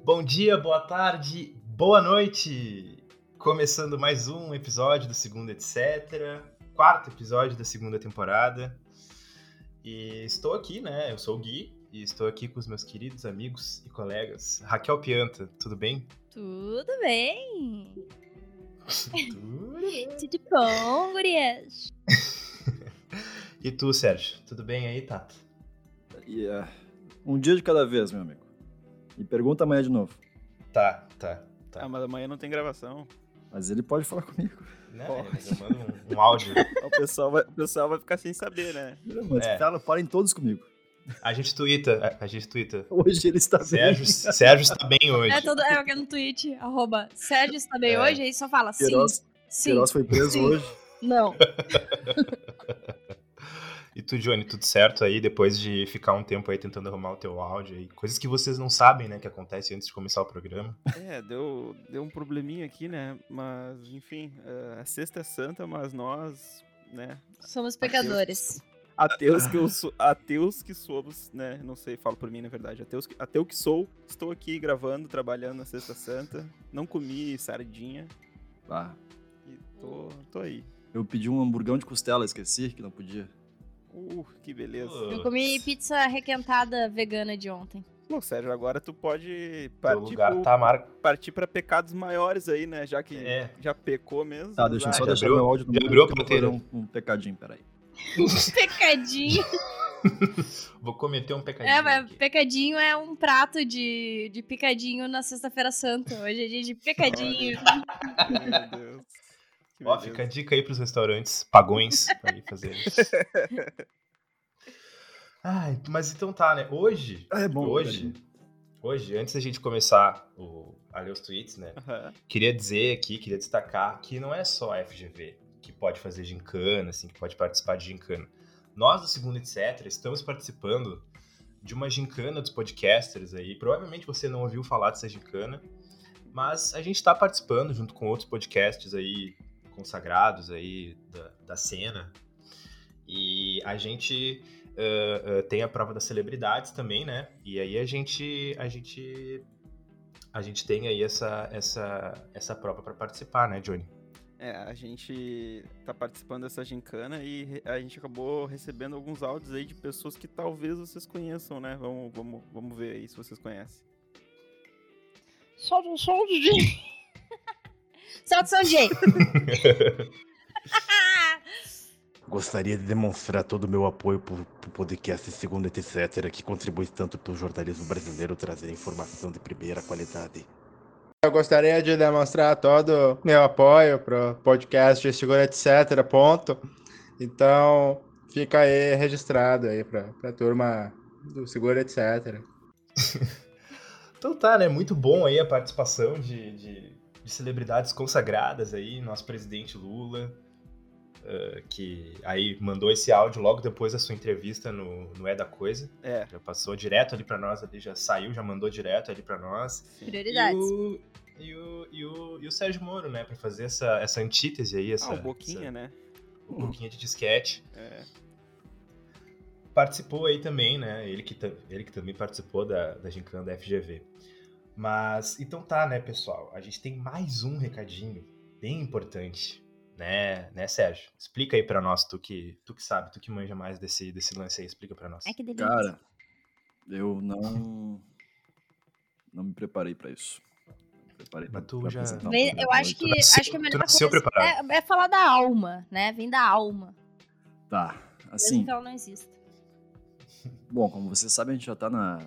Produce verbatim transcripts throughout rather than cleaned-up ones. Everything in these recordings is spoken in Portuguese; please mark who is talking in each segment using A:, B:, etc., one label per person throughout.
A: Bom dia, boa tarde, boa noite! Começando mais um episódio do Segundo Etc. Quarto episódio da segunda temporada. E estou aqui, né? Eu sou o Gui e estou aqui com os meus queridos amigos e colegas. Raquel Pianta, tudo bem?
B: Tudo bem!
A: Tudo bem.
B: Tudo bom, gurias?
A: E tu, Sérgio, tudo bem aí, Tato?
C: Yeah. Um dia de cada vez, meu amigo. E pergunta amanhã de novo.
A: Tá, tá, tá.
D: Ah, mas amanhã não tem gravação.
C: Mas ele pode falar comigo.
A: Né? Eu mando um, um áudio.
D: O pessoal, vai, o pessoal vai ficar sem saber, né?
C: Mas
A: É.
C: fala, falem todos comigo.
A: A gente tuita, a, a gente tuita.
C: Hoje ele está
A: Sérgio,
C: bem.
A: Sérgio está bem hoje.
B: É, todo, é aqui no tweet, arroba Sérgio está bem
A: É.
B: hoje, aí só fala sim,
C: Queiroz,
B: sim,
C: Queiroz foi preso
B: sim.
C: hoje.
B: não.
A: E tu, Johnny, tudo certo aí, depois de ficar um tempo aí tentando arrumar o teu áudio aí? Coisas que vocês não sabem, né, que acontece antes de começar o programa.
D: É, deu, deu um probleminha aqui, né? Mas, enfim, a sexta é santa, mas nós, né?
B: Somos pecadores.
D: Ateus que, eu sou, ateus que somos, né? Não sei, falo por mim, na verdade. Ateus, que- ateu que sou, estou aqui gravando, trabalhando na sexta santa. Não comi sardinha
C: Ah,
D: e tô, tô aí.
C: eu pedi um hamburgão de costela, esqueci que não podia.
D: Uh, que beleza.
B: Eu comi pizza requentada vegana de ontem.
D: Pô, Sérgio, agora tu pode
A: Teu
D: partir,
A: lugar
D: pro,
A: tá mar...
D: partir pra pecados maiores aí, né? Já que
A: É.
D: já pecou mesmo.
C: Tá, deixa eu
A: já
C: só deixar
A: abriu-
C: meu áudio no
A: já
C: mudo
A: abriu a
C: que eu vou
A: porteira.
C: fazer um, um pecadinho, peraí.
B: Pecadinho.
A: Vou cometer um pecadinho
B: É, mas
A: aqui.
B: pecadinho é um prato de, de picadinho na sexta-feira santa. Hoje é dia de pecadinho.
D: Meu Deus. Que
A: Ó,
D: beleza.
A: fica a dica aí pros restaurantes pagões pra ir fazer isso. Ai, mas então tá, né? Hoje,
C: É bom,
A: hoje, hoje, antes da gente começar o, a ler os tweets, né?
D: Aham.
A: Queria dizer aqui, queria destacar que não é só a F G V que pode fazer gincana, assim, que pode participar de gincana. Nós, do Segundo Etc, estamos participando de uma gincana dos podcasters aí. Provavelmente você não ouviu falar dessa gincana, mas a gente está participando junto com outros podcasts aí consagrados aí da, da cena. E a gente uh, uh, tem a prova das celebridades também, né? E aí a gente a gente a gente tem aí essa essa essa prova para participar, né, Johnny?
D: É, a gente tá participando dessa gincana e re- a gente acabou recebendo alguns áudios aí de pessoas que talvez vocês conheçam, né? Vamos, vamos, vamos ver aí se vocês conhecem.
B: Solta o som, D J. Solta o som, D J.
E: Gostaria de demonstrar todo o meu apoio pro, pro podcast Segundo Etc, que contribui tanto para o jornalismo brasileiro trazer informação de primeira qualidade.
F: Eu gostaria de demonstrar todo o meu apoio pro podcast Segundo Etc, ponto. Então, fica aí registrado aí pra, pra turma do Segundo Etc.
A: Então tá, né? Muito bom aí a participação de, de, de celebridades consagradas aí, nosso presidente Lula, uh, que aí mandou esse áudio logo depois da sua entrevista no, no É da Coisa.
D: É,
A: Já passou direto ali pra nós, ali já saiu, já mandou direto ali pra nós.
D: sim.
B: Prioridades.
A: E o, e o, e o, e o Sérgio Moro, né? Pra fazer essa, essa antítese aí, essa,
D: Ah, o Boquinha,
A: essa
D: né?
A: boquinha de disquete.
D: É.
A: Participou aí também, né? Ele que, ta- ele que também participou da, da gincana da F G V. Mas, então tá, né, pessoal? A gente tem mais um recadinho bem importante, né, né, Sérgio? Explica aí pra nós, tu que, tu que sabe, tu que manja mais desse, desse lance aí, explica pra nós.
B: Ai, que delícia.
C: Cara, eu não... Não me preparei pra isso. Me preparei pra,
A: Mas tu
C: pra
A: já-
C: apresentar um
B: Vem-
C: programa
B: eu acho
C: hoje.
B: que,
A: nasceu-
B: acho que é
A: tu
B: melhor
A: nasceu
B: começar-
A: preparado.
B: é, é falar da alma, né? Vem da alma.
C: Tá,
B: Mesmo
C: assim...
B: que ela não exista.
C: Bom, como vocês sabem, a gente já tá na...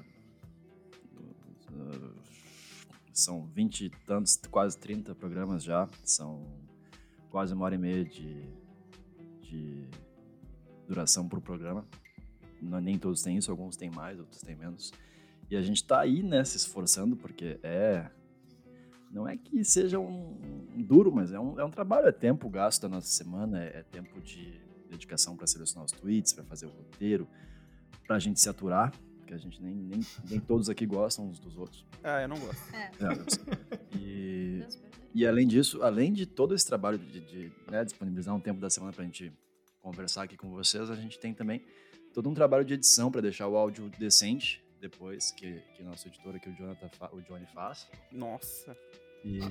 C: uh, São vinte e tantos, quase trinta programas já. São quase uma hora e meia de, de duração pro programa. Não, nem todos têm isso, alguns têm mais, outros têm menos. E a gente tá aí, né, se esforçando, porque é... Não é que seja um, um duro, mas é um, é um trabalho, é tempo gasto da nossa semana, é, é tempo de dedicação para selecionar os tweets, para fazer o roteiro, pra gente se aturar, porque a gente nem, nem, nem todos aqui gostam uns dos outros.
D: Ah, eu não gosto.
B: É.
C: É, eu sei. E,
B: Deus perdoe.
C: e além disso, além de todo esse trabalho de, de, né, disponibilizar um tempo da semana pra gente conversar aqui com vocês, a gente tem também todo um trabalho de edição para deixar o áudio decente depois, que, que nosso editor aqui, o, Jonathan fa- o Johnny, faz.
D: Nossa.
C: E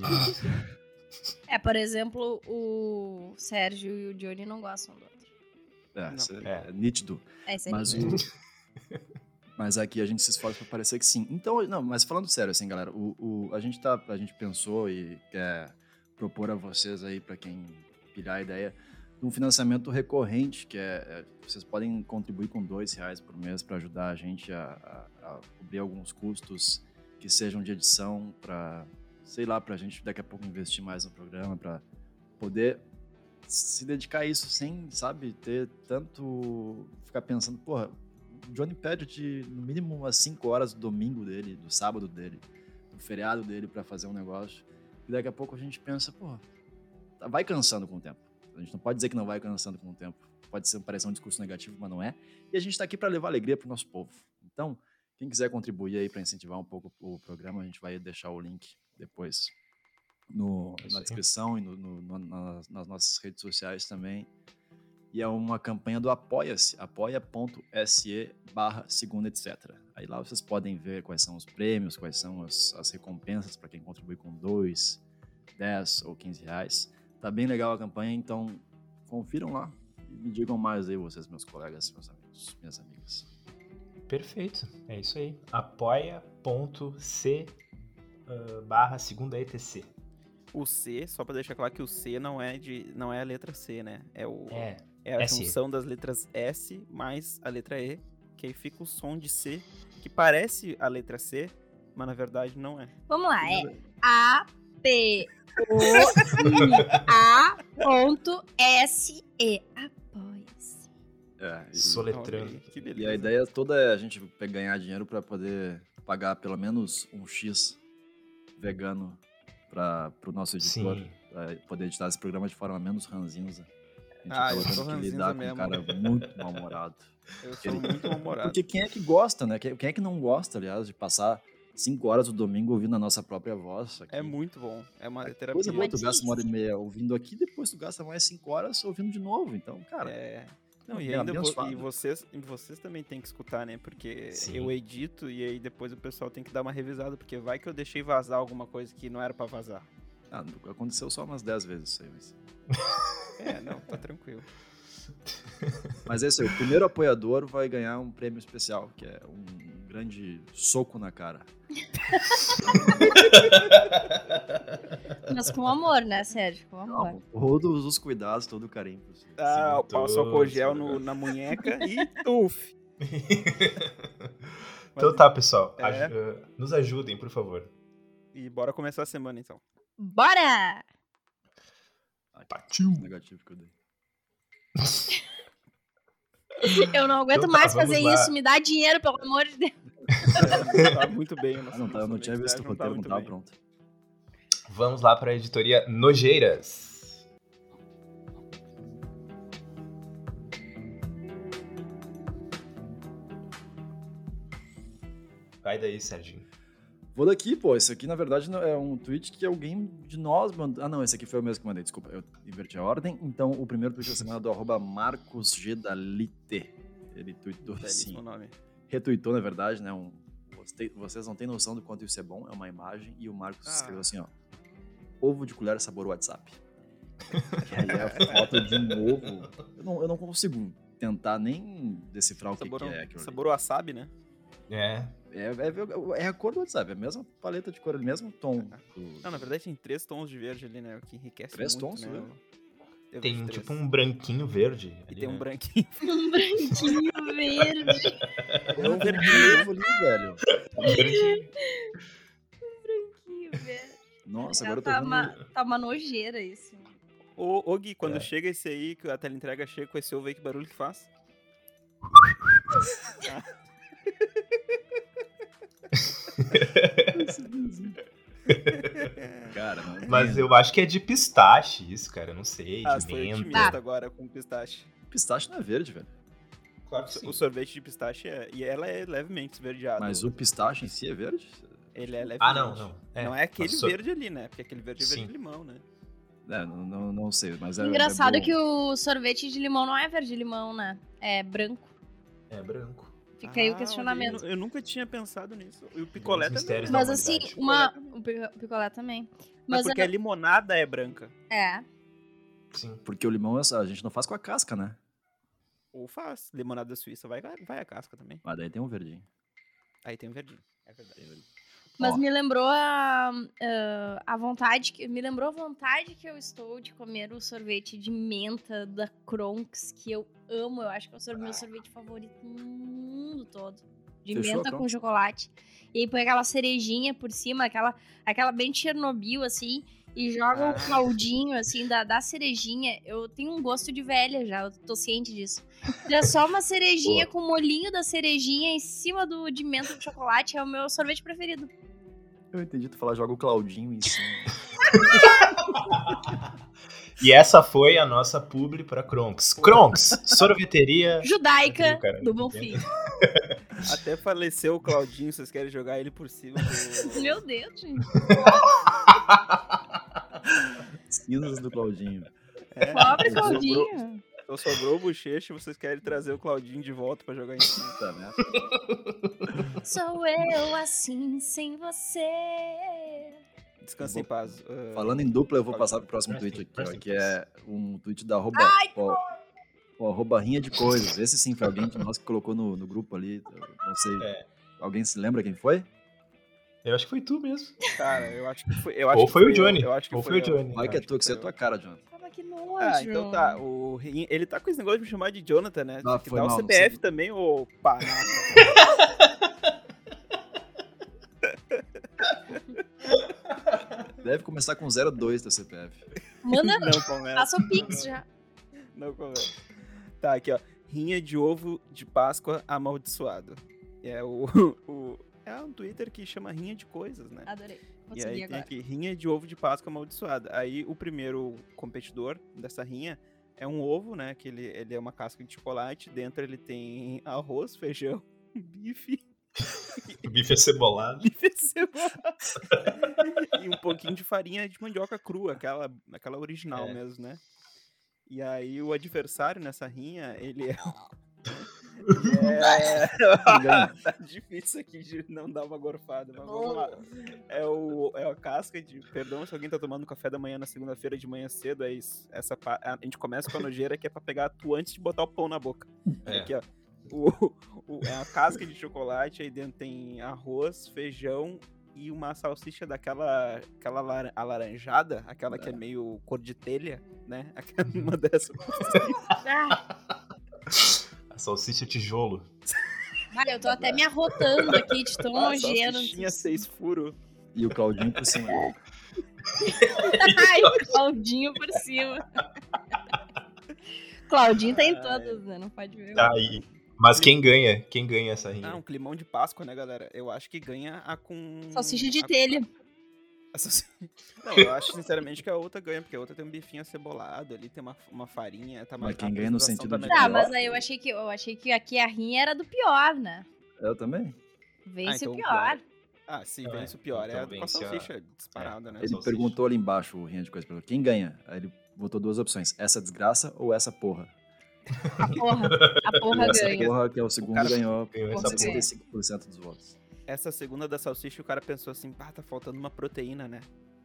B: É, por exemplo, o Sérgio e o Johnny não gostam do outro.
C: é,
D: Não.
C: cê-
A: É.
C: é nítido.
B: É, isso é
C: Mas,
B: nítido.
C: o... mas aqui a gente se esforça pra parecer que sim. Então, não, mas falando sério, assim, galera, o, o, a, gente tá, a gente pensou e quer propor a vocês aí, pra quem pilhar a ideia, de um financiamento recorrente, que é, é vocês podem contribuir com dois reais por mês para ajudar a gente a, a, a cobrir alguns custos que sejam de edição, para, sei lá, pra gente daqui a pouco investir mais no programa, para poder se dedicar a isso sem, sabe, ter tanto, ficar pensando, porra, o Johnny pede de no mínimo umas cinco horas do domingo dele, do sábado dele, do feriado dele para fazer um negócio, e daqui a pouco a gente pensa, porra, vai cansando com o tempo. A gente não pode dizer que não vai cansando com o tempo. Pode ser, parecer um discurso negativo, mas não é. E a gente está aqui para levar alegria para o nosso povo. Então, quem quiser contribuir aí para incentivar um pouco o programa, a gente vai deixar o link depois no,
A: Isso
C: na
A: aí.
C: descrição e no, no, no, nas, nas nossas redes sociais também. E é uma campanha do Apoia-se, apoia.se barra segunda, etcétera. Aí lá vocês podem ver quais são os prêmios, quais são as, as recompensas para quem contribui com dois, dez ou quinze reais. Tá bem legal a campanha, então confiram lá e me digam mais aí vocês, meus colegas, meus amigos, minhas amigas.
A: Perfeito, é isso aí. apoia.c uh, barra segunda etc.
D: O C, só pra deixar claro que o C não é, de, não é a letra C, né? É, o,
A: É,
D: é a
A: S.
D: junção das letras S mais a letra E, que aí fica o som de C, que parece a letra C, mas na verdade não é.
B: Vamos lá, é A, P, O, I, A, ponto, S, E. Apoia-se.
C: É, e,
A: soletrando.
D: Olha aí, que
C: e
D: beleza.
C: a ideia toda é a gente pe- ganhar dinheiro para poder pagar pelo menos um X vegano para o nosso editor,
A: Sim.
C: pra poder editar esse programa de forma menos ranzinza. A gente
D: Ah,
C: acaba
D: eu sou
C: tendo que
D: ranzinza
C: lidar
D: mesmo.
C: com um cara muito mal-humorado.
D: Eu sou muito mal-humorado.
C: Porque quem é que gosta, né? Quem quem é que não gosta, aliás, de passar cinco horas do domingo ouvindo a nossa própria voz aqui?
D: É muito bom. É uma terapia.
C: Coisa boa, tu
B: Mas
C: gasta uma hora e
B: isso.
C: meia ouvindo aqui, depois tu gasta mais cinco horas ouvindo de novo. Então, cara,
D: É. Não, e
C: É
D: ainda vo-
C: abençoado.
D: e vocês, e vocês também têm que escutar, né? Porque
A: Sim.
D: eu edito e aí depois o pessoal tem que dar uma revisada, porque vai que eu deixei vazar alguma coisa que não era pra vazar.
C: ah, aconteceu só umas dez vezes isso aí. Mas,
D: É, não, tá tranquilo.
C: mas é isso aí, o primeiro apoiador vai ganhar um prêmio especial, que é um grande soco na cara.
B: Mas com amor, né, Sérgio? Com amor.
C: Não, todos os cuidados, todo o carinho possível.
D: Ah,
A: Sim,
D: o pau só com
A: todos,
D: gel
A: né?
D: no, na munheca e tuf.
A: Então tá, pessoal.
D: É.
A: aju- uh, nos ajudem, por favor.
D: E bora começar a semana então.
B: Bora!
C: Ah, que
A: Partiu.
C: negativo que eu dei.
B: Eu não aguento
A: Então tá,
B: mais
A: vamos
B: fazer
A: lá.
B: isso. Me dá dinheiro, pelo amor de Deus.
D: Tá muito bem. o
C: Ah,
D: nosso-
C: não, tá, eu não
D: nosso
C: tinha visto o
D: Nextdoor tá
C: roteiro, não
D: muito
C: tava
D: bem.
C: pronto.
A: Vamos lá para a editoria Nojeiras. Vai daí, Serginho.
C: Vou daqui, pô. Esse aqui, na verdade, não- é um tweet que alguém de nós mandou. Ah, não, esse aqui foi o mesmo que mandei, desculpa. Eu inverti a ordem. Então, o primeiro tweet da semana é do arroba Marcos G. Dalite. Ele tweetou assim.
D: Belíssimo nome.
C: Retweetou, na verdade, né? Um, "Vocês- vocês não têm noção do quanto isso é bom. É uma imagem. E o Marcos
D: Ah.
C: escreveu assim, ó. Ovo de colher sabor WhatsApp. Que aí é a foto de um ovo. Eu não, eu não consigo tentar nem decifrar o que,
D: Sabor,
C: que é aquilo ali.
D: sabor wasabi, né?
A: É,
C: É, é, é a cor do WhatsApp, é a mesma paleta de cor, o mesmo tom. do-
D: Não, na verdade tem três tons de verde ali, né? O que enriquece
C: Três
D: muito,
C: tons,
D: né?
C: né?
D: Eu
A: tem
D: vejo
A: um,
D: três.
A: tipo um branquinho verde.
D: E
A: ali,
D: tem um
A: né?
D: branquinho.
B: Um branquinho verde.
C: É um verdinho ovo ali, velho.
A: Um branquinho.
B: branquinho verde.
C: Nossa,
B: Já
C: agora eu tô
B: tá,
C: vendo...
B: uma, tá uma nojeira isso.
D: Ô, ô Gui, quando
A: É.
D: chega esse aí, que a teleentrega chega com esse ovo aí, que barulho que faz?
C: Cara, não
A: Mas
C: tem.
A: eu acho que é de pistache isso, cara. Eu não sei,
D: Ah,
A: de
D: foi
A: menta.
D: otimista agora com pistache.
C: Pistache não é verde, velho.
A: Claro que sim.
D: O sorvete de pistache é... E ela é levemente esverdeada.
C: Mas o pistache em si é verde?
D: Ele é levemente.
A: Ah, não, não. É,
D: não é aquele
A: mas só-
D: verde ali, né? Porque aquele verde é verde
A: Sim.
D: de limão, né?
C: É, não, não, não sei, mas é
B: Engraçado
C: é bom.
B: que o sorvete de limão não é verde limão, né? É branco.
A: É branco.
B: Fica aí o
D: Ah,
B: questionamento.
D: olha aí, Eu nunca tinha pensado nisso. E o picolé também.
A: mistérios
D: né?
A: da
B: Mas assim,
A: humanidade.
B: uma.
D: Picolé
B: O pi- picolé também.
D: Mas
B: Mas
D: porque a limonada é branca.
B: é.
A: Sim.
C: Porque o limão a gente não faz com a casca, né?
D: Ou faz. Limonada suíça vai, vai a casca também.
C: Mas daí tem um verdinho.
D: Aí tem o verdinho. É verdade.
B: Mas
C: Ó.
B: me lembrou a, a, a vontade, que, me lembrou a vontade que eu estou de comer o sorvete de menta da Kronks, que eu amo, eu acho que é o sor- meu sorvete favorito no mundo todo. De
C: Fechou a
B: menta com
C: Kronks?
B: chocolate. E aí põe aquela cerejinha por cima, aquela, aquela bem Chernobyl, assim, e joga
D: Ah.
B: o caldinho, assim, da, da cerejinha. Eu tenho um gosto de velha já, eu tô ciente disso. É só uma cerejinha com o molinho da cerejinha em cima do de menta de chocolate, é o meu sorvete preferido.
C: Eu entendi tu falar, joga o Claudinho em cima.
A: E essa foi a nossa publi pra Kronks. Kronks, sorveteria.
B: Judaica
A: Caralho,
B: do Bonfim.
D: Até faleceu o Claudinho, vocês querem jogar ele por cima do...
B: Meu Deus, gente.
C: Cinzas do Claudinho.
D: É,
B: Pobre
D: sobrou-
B: Claudinho.
D: Então sobrou o bochecha e vocês querem trazer o Claudinho de volta pra jogar em cima.
C: Puta merda.
B: Sou eu assim, sem você.
D: Descansa em paz. ah,
C: Falando em dupla, eu vou
A: Fala.
C: passar pro próximo
A: Presta-
C: tweet aqui,
A: presta
C: ó, que é um tweet da arroba, ó, ó, arroba rinha de coisas. Esse sim foi alguém que nós que colocou no, no grupo ali, eu não sei.
A: É.
C: Alguém se lembra quem foi?
A: Eu acho que foi tu mesmo.
D: Cara, eu acho que foi. Eu acho
A: Ou
D: que
A: foi o
D: eu,
A: Johnny.
D: Eu acho que
A: Ou
D: foi,
A: foi o
D: eu.
A: Johnny.
C: Vai que é
D: acho
C: tu, que você é
D: foi
C: tua cara, Jonathan.
B: Tava que nojo.
D: Ah, então tá. O, Rin- ele tá com esse negócio de me chamar de Jonathan, né?
C: Ah,
D: Tem que
C: foi
D: dar o
C: mal,
D: C
C: não
D: P F
C: sei.
D: também, ô panaca.
C: Deve começar com zero dois teu C P F.
B: Manda,
D: Não começa.
B: passa o Pix já.
D: Não começa. Tá, aqui, ó. Rinha de ovo de Páscoa amaldiçoado. É o, o. É um Twitter que chama Rinha de Coisas, né?
B: Adorei. Vou
D: E
B: seguir
D: aí tem
B: agora.
D: aqui, rinha de ovo de Páscoa amaldiçoada. Aí o primeiro competidor dessa rinha é um ovo, né? Que ele, ele é uma casca de chocolate. Dentro ele tem arroz, feijão, bife,
A: O bife é cebolado.
D: bife cebolado e um pouquinho de farinha de mandioca crua, aquela, aquela original
A: É.
D: mesmo, né? E aí o adversário nessa rinha, ele é... É... tá difícil aqui de não dar uma gorfada, mas vamos lá. É, o, é a casca de... Perdão se alguém tá tomando café da manhã na segunda-feira de manhã cedo, é isso. Essa, pa- a gente começa com a nojeira que é pra pegar tu antes de botar o pão na boca.
A: É.
D: Aqui, ó. O, o- é a casca de chocolate, aí dentro tem arroz, feijão e uma salsicha daquela aquela lar- alaranjada, aquela que é meio cor de telha, né? Aquela, uma dessas.
B: Ah,
A: A salsicha tijolo.
B: Olha, eu tô até me arrotando aqui de tão
D: Ah,
B: nojento.
D: salsichinha seis furos.
C: E o Claudinho por cima.
B: Ai, o Claudinho por cima. Claudinho tá em
D: Ai.
B: todas, né? Não pode ver.
A: Tá aí. Mas quem ganha? Quem ganha essa
D: Ah,
A: rinha?
D: um climão de Páscoa, né, galera? Eu acho que ganha a com...
B: Salsicha de
D: a-
B: telha.
D: a salsi- Não, eu acho sinceramente que a outra ganha, porque a outra tem um bifinho acebolado ali, tem uma, uma farinha, tá
C: Mas
D: mais
C: quem
D: a
C: ganha no
D: apresentação
C: sentido
D: tá
C: de
D: melhor.
B: Tá,
C: pior?
B: mas aí eu achei que eu achei que aqui a rinha era do pior, né?
C: Eu também.
B: Vence
D: então
B: o
D: o
B: pior.
D: pior. Ah, sim,
A: Não,
D: vence
A: é.
D: o pior.
A: Então
D: é com a
A: vence a-
D: salsicha disparada, né?
C: Ele
A: salsicha.
C: perguntou ali embaixo, o Rinha de Coisas, perguntou, quem ganha? Aí ele botou duas opções, essa desgraça ou essa porra?
B: A porra. A porra
C: E essa
B: ganha.
C: porra, que é o segundo,
D: cara
C: ganhou
A: ganhou
B: essa
C: com sessenta e cinco por cento dos votos.
D: Essa segunda da salsicha, o cara pensou assim, pá, tá faltando uma proteína, né?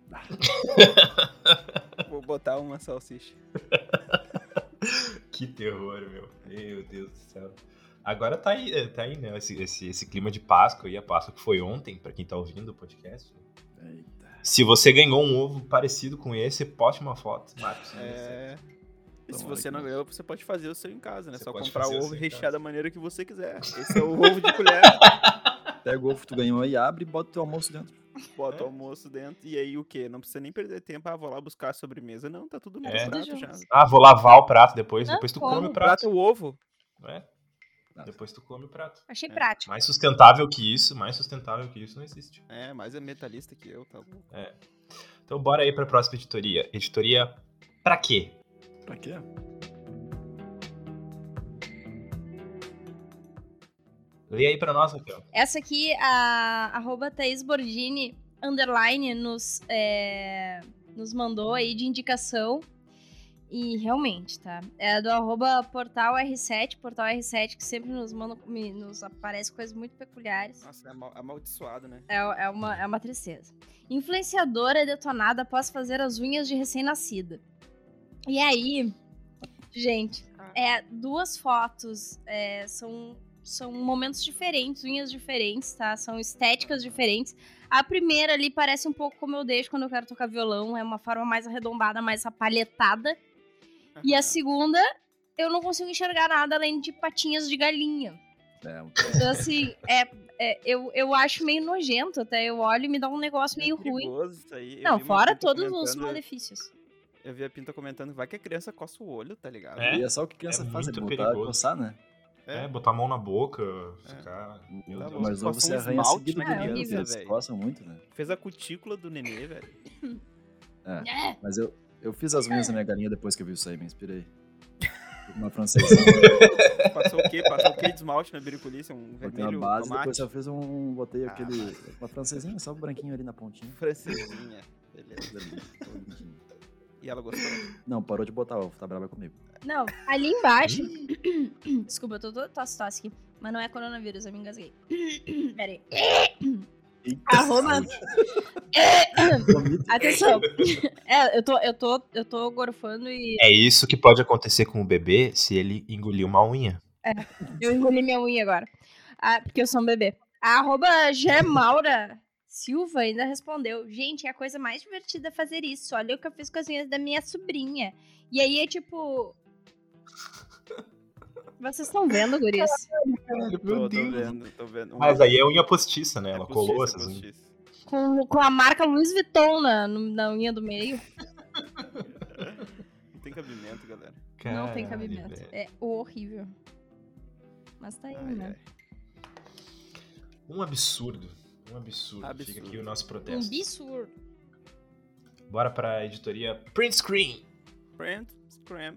D: Vou botar uma salsicha.
A: Que terror, meu. Meu Deus do céu. Agora tá aí, é, tá aí né? Esse, esse, esse clima de Páscoa e a Páscoa que foi ontem, pra quem tá ouvindo o podcast.
C: Eita.
A: Se você ganhou um ovo parecido com esse, poste uma foto. Marcos.
D: É... E se
C: Tomara
D: você
C: que
D: não
C: não.
D: ganhou, você pode fazer o seu em casa, né?
A: Você
D: Só
A: pode
D: comprar
A: fazer
D: o
A: o
D: ovo
A: seu em
D: recheado
A: casa.
D: da maneira que você quiser. Esse é o ovo de colher.
C: Pega o ovo que tu ganhou aí, abre e bota o teu almoço dentro.
D: Bota
A: É.
D: o almoço dentro. E aí o quê? Não precisa nem perder tempo. Ah, vou lá buscar a sobremesa. Não, tá tudo no
A: É.
D: prato
B: Tudo
D: já.
B: junto.
A: Ah, vou lavar o prato depois.
B: Não,
A: depois tu
B: como?
A: come o
D: O prato
A: prato.
D: é o ovo.
A: É,
C: Nossa.
A: depois tu come o prato.
B: Achei
D: É.
B: prático.
A: Mais sustentável que isso, mais sustentável que isso não existe.
D: É, mais é metalista que eu, tá louco.
A: Então bora aí pra próxima editoria. Editoria pra quê?
C: Pra quê?
A: Lê aí pra nós, Raquel.
B: Essa aqui, a arroba Thaís Bordini, underline, nos, é, nos mandou aí de indicação. e realmente, tá? É do arroba portal R sete, portal R sete, que sempre nos, manda, me- nos aparece coisas muito peculiares.
D: Nossa, é amal- amaldiçoado, né?
B: É, é, uma, é uma tristeza. Influenciadora é detonada após fazer as unhas de recém-nascida. E aí, gente, é duas fotos, é, são, são momentos diferentes, unhas diferentes, tá? São estéticas diferentes. A primeira ali parece um pouco como eu deixo quando eu quero tocar violão, é uma forma mais arredondada, mais apalhetada. E a segunda, eu não consigo enxergar nada além de patinhas de galinha.
C: É, um-
B: Então, assim, é, é, eu, eu acho meio nojento até. Eu olho e me dá um negócio meio
D: é
B: ruim.
D: perigoso isso aí. Eu
B: Não,
D: vi uma
B: fora
D: Pinta
B: todos os
D: comentando-
B: malefícios.
D: Eu vi a Pinta comentando, vai que a criança coça o olho, tá ligado?
A: É?
C: E é só o que criança
A: É
C: faz, é
A: muito
C: botar,
A: perigoso.
C: coçar, né?
A: É, botar a mão na boca, ficar... Meu
D: Tá
A: Deus.
D: louco.
C: Mas ou
D: Passa
C: você
D: um
C: arranha
D: esmalte
C: seguido
D: na
C: do
B: criança,
C: criança, eles
D: velho.
C: coçam muito, né?
D: Fez a cutícula do nenê, velho.
B: É.
C: Mas eu, eu fiz as unhas da minha galinha depois que eu vi isso aí, me inspirei. Uma francesinha,
D: Passou o quê? Passou o quê de esmalte na biriculícia? Um
C: botei
D: vermelho
C: uma base,
D: tomate?
C: depois eu fiz um. Botei
D: Ah,
C: aquele. Uma francesinha, só o branquinho ali na pontinha.
D: Francesinha. Beleza.
C: Coisa linda, todo bonitinho.
D: E ela gostou?
C: Não, parou de botar ovo, tá brava comigo.
B: Não, ali embaixo. Desculpa, eu tô toda tosse tosse aqui. Mas não é coronavírus, eu me engasguei. Pera aí.
C: Eita,
B: Arroba.
C: vomito.
B: Atenção. É, eu tô, eu tô, eu tô gorfando e
A: É isso que pode acontecer com o bebê se ele engolir uma unha.
B: eu engoli minha unha agora. Ah, porque eu sou um bebê. A arroba Gemaura Silva ainda respondeu: gente, é a coisa mais divertida fazer isso. Olha o que eu fiz com as unhas da minha sobrinha. E aí é tipo. Vocês estão vendo, guris?
D: Tô, tô vendo, tô vendo. Um-
A: Mas aí é unha postiça, né?
D: é
A: Ela
D: postiça,
A: colou
D: é
A: essas unhas.
D: postiça.
B: Com, com a marca Louis Vuitton na, no- na unha do meio.
D: Não tem cabimento, galera.
B: Não tem
A: Caralho,
B: cabimento.
A: velho.
B: É horrível. Mas tá aí,
D: Ai,
B: né?
D: ai.
A: Um absurdo. Um absurdo.
D: Absurdo.
A: Fica aqui o nosso
B: Um
A: protesto.
B: absurdo.
A: Bora pra editoria Print Screen.
D: Print, scram.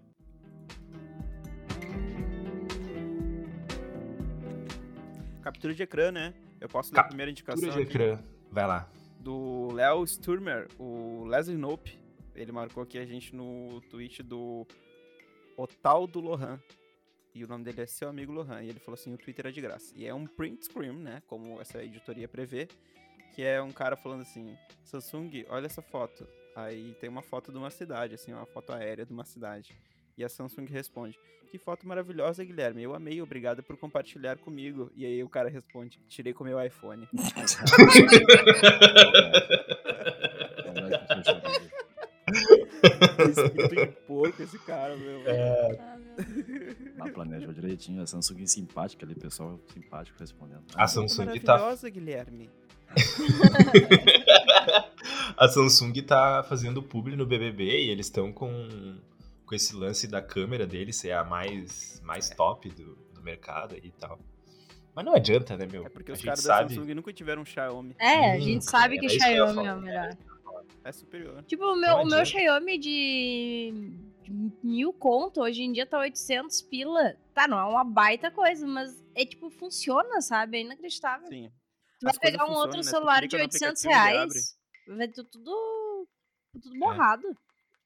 D: Captura de ecrã, né? Eu posso ler a primeira indicação
A: Captura de
D: aqui
A: ecrã. Vai lá.
D: do Léo Sturmer, o Leslie Knope. Ele marcou aqui a gente no tweet do Otaldo Lohan. E o nome dele é Seu Amigo Lohan. E ele falou assim, o Twitter é de graça. E é um print screen, né? Como essa editoria prevê. Que é um cara falando assim, Samsung, olha essa foto. Aí tem uma foto de uma cidade, assim, uma foto aérea de uma cidade. E a Samsung responde, que foto maravilhosa, Guilherme. Eu amei, obrigada por compartilhar comigo. E aí o cara responde, tirei com o meu iPhone. Espírito de porco esse cara, meu.
B: Ah, meu Deus.
C: Mas planejou direitinho, a Samsung simpática ali, pessoal simpático respondendo.
A: A
D: Foto
A: Samsung tá
D: maravilhosa, Guilherme.
A: A Samsung tá fazendo publi no B B B e eles estão com, com esse lance da câmera deles ser a mais, mais top do, do mercado aí e tal. Mas não adianta, né, meu?
D: É porque
A: a
D: os
A: gente
D: caras
A: sabe...
D: da Samsung nunca tiveram um Xiaomi.
B: É, a
A: Hum,
B: gente sabe que
A: era isso que eu ia
B: Xiaomi é
A: falar.
B: o melhor.
D: É superior.
B: Tipo, o meu,
A: Não
B: o meu
A: adianta.
B: Xiaomi de de mil conto, hoje em dia tá oitocentos pila. Tá, não é uma baita coisa, mas é tipo, funciona, sabe? É inacreditável.
D: Sim.
B: Tu vai
D: As coisas
B: pegar um
D: funcionam,
B: outro
D: né? Tu
B: celular
D: clica
B: de
D: no
B: oitocentos
D: aplicativo, ele
B: reais, vai ter tudo, tudo borrado.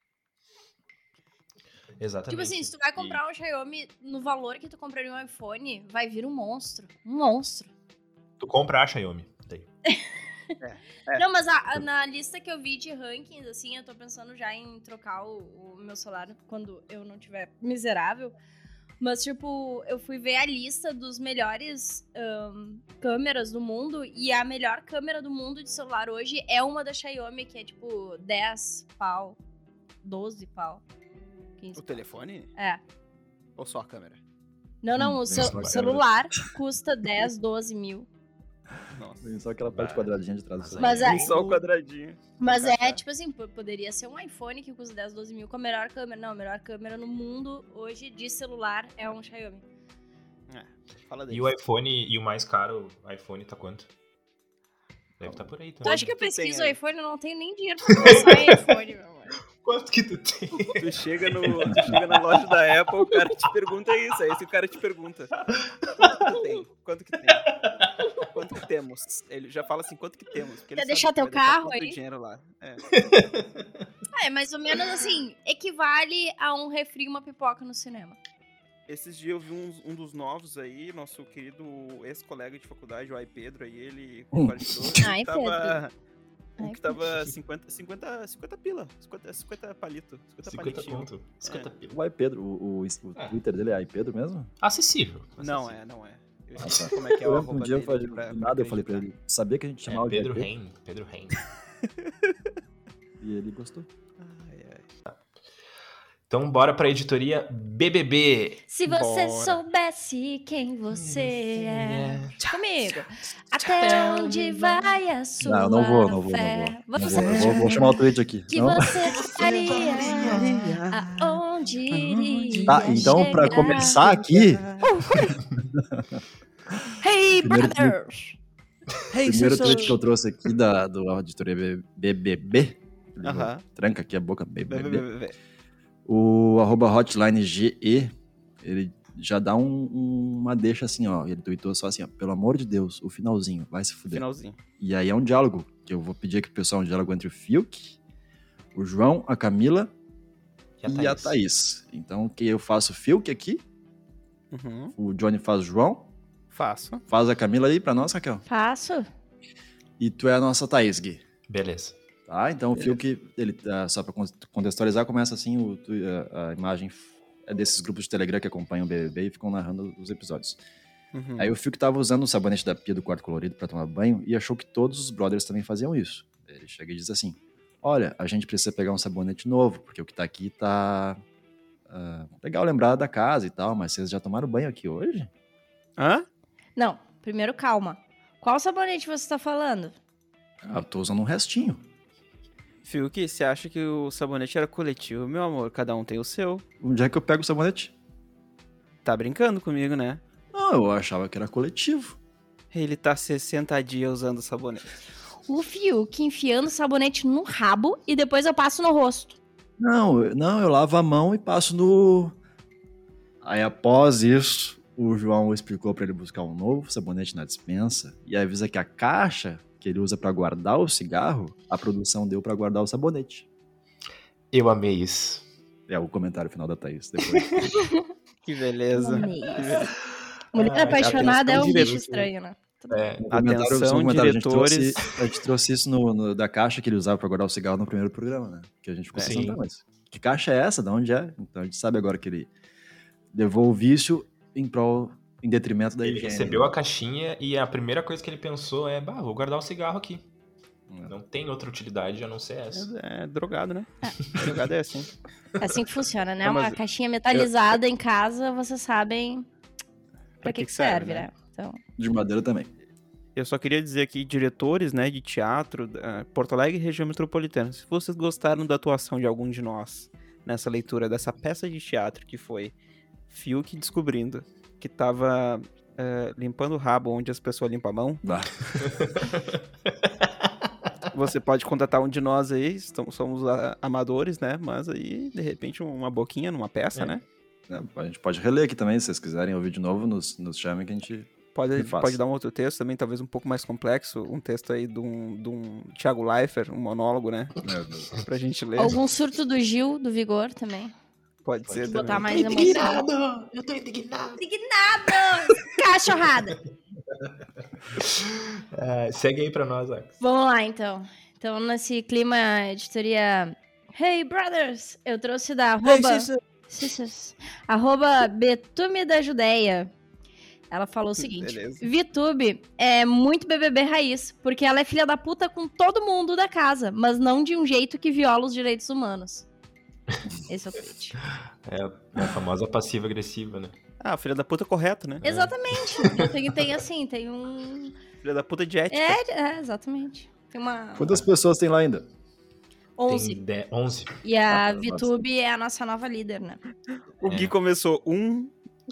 A: Exatamente.
B: Tipo assim, se tu vai comprar um Xiaomi no valor que tu compraria um iPhone, vai vir um monstro. Um monstro.
A: E tu compra a Xiaomi. Daí.
D: É.
B: Não, mas a- a- na lista que eu vi de rankings, assim, eu tô pensando já em trocar o, o meu celular quando eu não tiver miserável. Mas, tipo, eu fui ver a lista dos melhores ahn, câmeras do mundo e a melhor câmera do mundo de celular hoje é uma da Xiaomi, que é, tipo, dez pau, doze pau, quinze
D: O
B: pau.
D: telefone?
B: É.
D: Ou só a câmera?
B: Não, não,
C: Hum,
B: o,
C: tem
B: ce-
C: só a
B: o
C: câmera.
B: celular custa dez, doze mil.
D: Nossa.
C: Tem só aquela parte quadradinha de trás do celular.
B: Mas é-
D: Tem só o quadradinho.
B: Mas é,
D: Encaixar.
B: tipo assim, p- poderia ser um iPhone que custa dez, doze mil com a melhor câmera. Não, a melhor câmera no mundo hoje de celular é um Xiaomi.
D: É, fala
A: E
D: deles.
A: o iPhone, e o mais caro, o iPhone tá quanto? Deve tá por aí
B: Tu
A: também.
B: acha que eu
D: tu tem
B: pesquiso o
D: aí?
B: iPhone? Eu não tenho nem dinheiro pra começar em iPhone, meu amor.
A: Quanto que tu tem?
D: Tu chega, no, tu chega na loja da Apple, o cara te pergunta isso. É isso que o cara te pergunta. Quanto que tu tem? Quanto que tem? Quanto que temos? Ele já fala assim, quanto que temos? Porque ele
B: Quer
D: sabe
B: deixar
D: que
B: teu
D: vai deixar
B: carro
D: quanto
B: aí?
D: dinheiro lá. É.
B: Ah, é mais ou menos assim, equivale a um refri e uma pipoca no cinema.
D: Esses dias eu vi um, um dos novos aí, nosso querido ex-colega de faculdade, o Ai Pedro, aí ele compartilhou.
B: Ai,
D: que tava,
B: Pedro.
D: um
B: Ai,
D: que tava cinquenta, cinquenta, cinquenta pila, cinquenta, cinquenta palito, cinquenta,
A: cinquenta
D: palitinho.
A: conto. cinquenta pila.
C: O Ai Pedro, o, o, o
A: É.
C: Twitter dele é Ai Pedro mesmo?
A: Acessível.
D: Não
A: acessível.
D: é, não é. Eu
C: Ah,
D: esqueci
C: tá.
D: como é que é o
C: Eu lembro que um
D: arroba
C: dia eu
D: dele
C: falei,
D: aqui pra-
C: do
D: pra
C: nada eu falei pra
D: acreditar.
C: ele, sabia que a gente
A: É,
C: chamava de
A: Pedro
C: Ai Pedro?
A: Rein. Pedro Rein.
C: E ele gostou.
D: Ai, ai.
A: Então, bora pra editoria B B B.
B: Se você
D: Bora.
B: soubesse quem você é.
A: é.
B: Comigo. Até onde vai a sua
C: Não, eu não vou, não vou, não vou.
B: fé?
C: Não
B: Você
C: vou, eu vou, vou chamar o tweet aqui.
B: que
C: Não.
B: você faria? Aonde iria
C: Tá, então pra
B: chegar?
C: começar aqui,
B: Hey,
C: Primeiro
B: brothers!
C: o primeiro tweet que eu trouxe aqui da do auditoria B B B,
D: Aham.
C: tranca aqui a boca, B B
D: Vê, vê,
C: B,
D: vê, vê.
C: o arroba hotline G E, ele já dá um- um- uma deixa assim, ó, ele tweetou só assim, ó, pelo amor de Deus, o finalzinho, vai se fuder.
D: Finalzinho.
C: E aí é um diálogo, que eu vou pedir aqui pro pessoal, um diálogo entre o Fiuk, o João, a Camila e a Thaís. Então, que eu faço o Fiuk aqui,
D: Uhum.
C: o Johnny faz o João,
D: Faço.
C: faz a Camila aí pra nós, Raquel.
B: Faço.
C: E tu é a nossa Thaís, Gui.
A: Beleza.
C: Tá? Então o Fiuk, ele, ah, só pra con- contextualizar, começa assim, o, tu- a, a imagem f- é desses grupos de Telegram que acompanham o B B B e ficam narrando os episódios.
D: Uhum.
C: Aí o Fiuk tava usando o sabonete da pia do quarto colorido pra tomar banho e achou que todos os brothers também faziam isso. Ele chega e diz assim, olha, a gente precisa pegar um sabonete novo, porque o que tá aqui tá... ah, legal lembrar da casa e tal, mas vocês já tomaram banho aqui hoje?
D: Hã?
B: Não, primeiro calma. Qual sabonete você tá falando?
C: Ah, eu tô usando um restinho.
D: Fiuk, você acha que o sabonete era coletivo? Meu amor, cada um tem o seu.
C: Onde é que eu pego o sabonete?
D: Tá brincando comigo, né?
C: Não, eu achava que era coletivo.
D: Ele tá sessenta dias usando sabonete.
B: O Fiuk enfiando sabonete no rabo e depois eu passo no rosto.
C: Não, eu- não, eu lavo a mão e passo no... Aí após isso, o João explicou pra ele buscar um novo sabonete na despensa e avisa que a caixa que ele usa pra guardar o cigarro, a produção deu pra guardar o sabonete.
A: Eu amei isso.
C: É o comentário final da Thaís. Depois.
D: Que beleza.
B: Amei.
D: Que beleza.
B: Mulher
A: Ah,
B: apaixonada é
D: atenção,
B: um bicho
D: diretor.
B: estranho, né?
A: É,
C: No comentário,
D: Atenção,
C: só um comentário, a gente trouxe,
D: diretores.
C: a gente trouxe isso no, no- da caixa que ele usava pra guardar o cigarro no primeiro programa, né? Que a gente ficou
A: É.
C: pensando,
A: Sim.
C: "Tá, mas que caixa é essa? De onde é? Então a gente sabe agora que ele levou o vício em prol, em detrimento da
A: ele
C: higiene.
A: recebeu a caixinha e a primeira coisa que ele pensou é, bah, vou guardar o cigarro aqui. Não tem outra utilidade a não ser essa.
D: É, é drogado, né? Drogado é assim.
B: É assim que funciona, né?
D: Não, mas
B: Uma caixinha metalizada em casa, vocês sabem pra que, que serve, né? Então,
C: De madeira também.
D: Eu só queria dizer aqui, diretores, né, de teatro, uh, Porto Alegre e região metropolitana, se vocês gostaram da atuação de algum de nós nessa leitura dessa peça de teatro que foi Fiuk descobrindo que tava uh, limpando o rabo onde as pessoas limpam a mão,
C: Bah.
D: você pode contatar um de nós aí, estamos, somos uh, amadores, né, mas aí, de repente, uma boquinha numa peça,
A: É.
D: né?
C: É, a gente pode reler aqui também, se vocês quiserem ouvir de novo, nos, nos chamem que a gente...
D: Pode,
C: Que fácil.
D: pode dar um outro texto também, talvez um pouco mais complexo, um texto aí de um, de um Thiago Leifert, um monólogo, né, pra gente ler.
B: algum surto do Gil, do Vigor também.
D: Pode ser também.
B: Botar mais emoção.
A: Eu tô indignado!
B: Indignado! Cachorrada!
A: É, segue aí pra nós, Alex.
B: Vamos lá, então. Então, nesse clima editoria Hey, brothers! Eu trouxe da arroba... Sisters. Arroba Betume da Judeia. Ela falou o seguinte:
D: Beleza.
B: VTube é muito B B B raiz, porque ela é filha da puta com todo mundo da casa, mas não de um jeito que viola os direitos humanos. Esse é o tweet.
A: É a famosa passiva-agressiva, né?
D: Ah, filha da puta correto, né?
B: Exatamente. Tem, tem assim, tem um.
D: Filha da puta de ética.
B: É, é, exatamente. Tem uma.
C: Quantas pessoas tem lá ainda?
B: onze.
A: Tem de- onze.
B: E a
C: Ah,
B: VTube é a nossa nova líder, né?
D: O Gui começou um...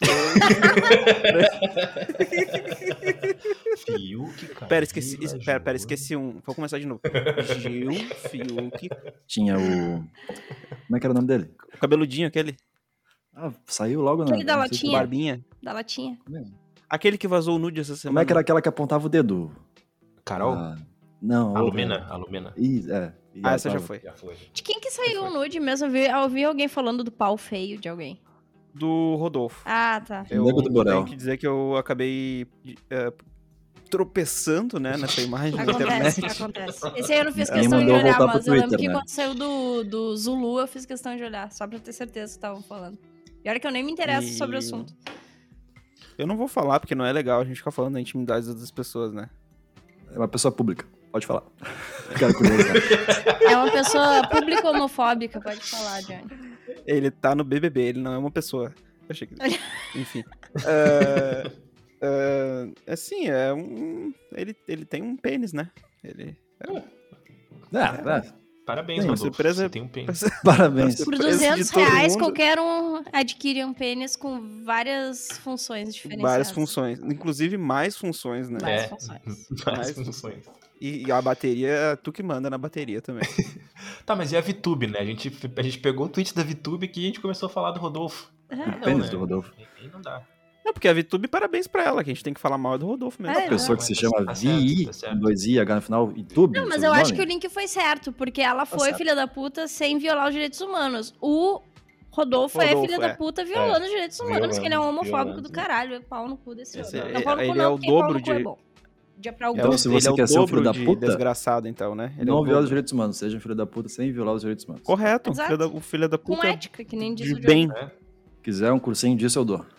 A: Fiuk, cara.
D: Pera, esqueci, es- pera, pera, esqueci um. Vou começar de novo. Gil, Fiuk,
C: Tinha o... Como é que era o nome dele?
D: o cabeludinho aquele,
C: Ah, saiu logo na...
B: Aquele da
C: não sei
B: latinha.
D: barbinha.
B: Da latinha.
C: como-
D: Aquele que vazou o nude essa semana.
C: Como é que era aquela que apontava o dedo?
A: Carol?
C: Ah, não.
A: a
C: outra.
A: Lumena, a Lumena.
C: Ih, é. E
D: Ah,
C: a
D: essa já
C: Bárbara?
D: foi.
A: Já foi.
B: De quem que saiu o nude mesmo? Eu vi, eu vi alguém falando do pau feio de alguém.
D: Do Rodolfo.
B: Ah, tá.
D: Eu
C: Nego do Borel.
D: tenho que dizer que eu acabei é, tropeçando, né, nessa imagem na
B: Acontece,
D: internet.
B: acontece. Esse aí eu não fiz
C: Ninguém
B: questão de
C: mandou
B: olhar,
C: voltar pro
B: mas eu lembro
C: Twitter,
B: que
C: né?
B: quando saiu do, do Zulu, eu fiz questão de olhar, só pra ter certeza que estavam falando. E olha que eu nem me interesso
D: E-
B: sobre o assunto.
D: Eu não vou falar, porque não é legal a gente ficar falando da intimidade das pessoas, né?
C: É uma pessoa pública. Pode falar. Cara, curioso, cara.
B: É uma pessoa pública homofóbica, pode falar, Johnny.
D: Ele tá no B B B, ele não é uma pessoa. Eu achei que... Enfim. Ah, ah, assim, é um... Ele, ele tem um pênis, né? Ele...
C: Ah, é.
A: Parabéns,
C: Sim,
A: Rodolfo.
D: surpresa-
A: Você tem um pênis.
C: Parabéns.
B: Por
D: Preço de
B: duzentos
D: todo
B: reais,
D: mundo.
B: qualquer um adquire um pênis com várias funções diferenciadas.
D: Várias funções. Inclusive mais funções, né?
B: Mais
A: É,
B: funções.
A: mais
D: Mais
A: funções.
D: E, e a bateria, tu que manda na bateria também.
A: Tá, mas e a VTube, né? A gente, a gente pegou o tweet da VTube aqui e a gente começou a falar do Rodolfo.
B: É.
C: O pênis
A: né?
C: do Rodolfo.
A: Aí não dá.
D: Não, porque a VTube, parabéns pra ela, que a gente tem que falar mal do Rodolfo mesmo.
B: É,
C: Pessoa que
A: Não,
C: se
A: tá-
C: chama
A: tá certo,
C: V I,
A: tá certo.
C: com dois I, H no final, e Tube.
B: Não, mas
C: seu
B: eu acho
C: nome.
B: que o link foi certo, porque ela foi
C: certo.
B: filha da puta sem violar os direitos humanos. O Rodolfo, é
D: Rodolfo,
B: filha
D: é.
B: da puta violando os direitos humanos,
A: Violando,
B: que ele é um homofóbico
A: violando.
B: do caralho. É pau no cu desse
D: Esse
B: homem.
D: é-
B: Não, pau no cu
D: ele
B: não,
D: é o
B: porque pau no
D: dobro
B: cu é
D: de-
B: bom. Dia pra
D: É
B: algum.
C: Então,
D: o-
C: se você
D: ele é
C: quer
D: o
C: ser um
D: dobro
C: filho da
D: de
C: puta,
D: desgraçado, então, né? Ele é
C: Não
D: o
C: viola os
D: dobro.
C: direitos humanos. Seja um filho da puta sem violar os direitos humanos.
D: Correto,
B: Exato.
D: filho da, o filho da
B: Com
D: puta
B: ética, que nem disse o
D: de
B: Johnny.
D: bem.
A: Né?
C: Quiser um cursinho disso, eu dou.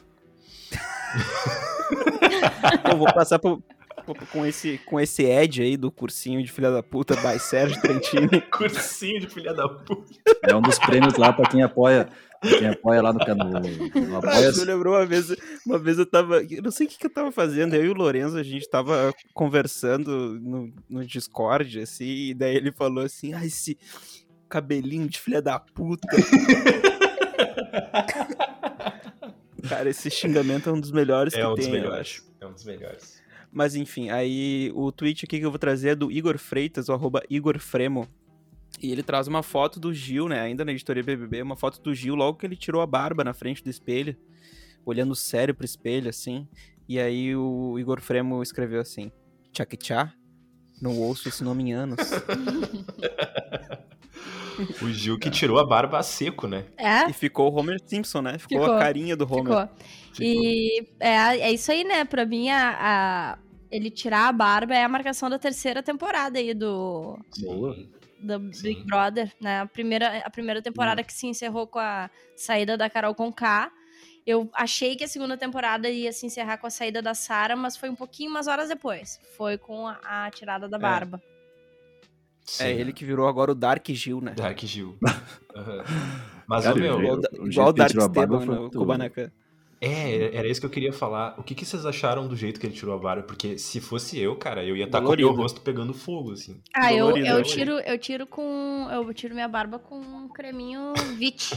D: Eu vou passar por, por- com, esse, com esse Ed aí do cursinho de filha da puta by Sérgio Trentini.
A: Cursinho de filha da puta.
C: É um dos prêmios lá pra quem apoia. Pra quem apoia lá no canal. No
D: Ah,
C: Apoia.
D: isso me lembrou uma vez, uma vez eu tava, eu não sei o que, que eu tava fazendo, eu e o Lorenzo, a gente tava conversando no, no Discord, assim, e daí ele falou assim, ah, esse cabelinho de filha da puta. Cara, esse xingamento é um dos melhores
A: É
D: que
A: um dos
D: tem, eu acho.
A: melhores. É um dos melhores.
D: Mas enfim, aí o tweet aqui que eu vou trazer é do Igor Freitas, o arroba Igor Fremo. E ele traz uma foto do Gil, né? Ainda na editoria B B B, uma foto do Gil logo que ele tirou a barba na frente do espelho, olhando sério pro espelho, assim. E aí o Igor Fremo escreveu assim: Tchá-que-tchá, não ouço esse nome em anos.
A: O Gil que tirou a barba a seco, né?
B: É,
D: E ficou o Homer Simpson, né? Ficou,
B: Ficou.
D: a carinha do Homer.
B: ficou. E é, é isso aí, né? Pra mim, a, a- ele tirar a barba é a marcação da terceira temporada aí do,
C: Boa.
B: do Big
A: Sim.
B: Brother, né? A primeira, a primeira temporada que se encerrou com a saída da Carol Conká. Eu achei que a segunda temporada ia se encerrar com a saída da Sarah, mas foi um pouquinho, umas horas depois. Foi com a, a tirada da barba.
A: Sim.
D: É ele que virou agora o Dark Gil, né?
A: Dark Gil. Aham. Mas,
C: Cara,
A: ô, meu,
C: eu-
D: Igual, da-
C: o jeito
D: igual o
C: que ele
D: Dark
C: tirou a barba
D: Esteban
C: foi
D: no
C: muito-
D: Kubanacan.
A: é, era isso que eu queria falar. O que, que vocês acharam do jeito que ele tirou a barba? Porque se fosse eu, cara, eu ia estar com o meu
D: Dolorido.
A: rosto pegando fogo, assim.
B: Ah, eu,
D: Dolorido,
B: eu,
D: né?
B: tiro, eu tiro com. Eu tiro minha barba com um creminho Vit.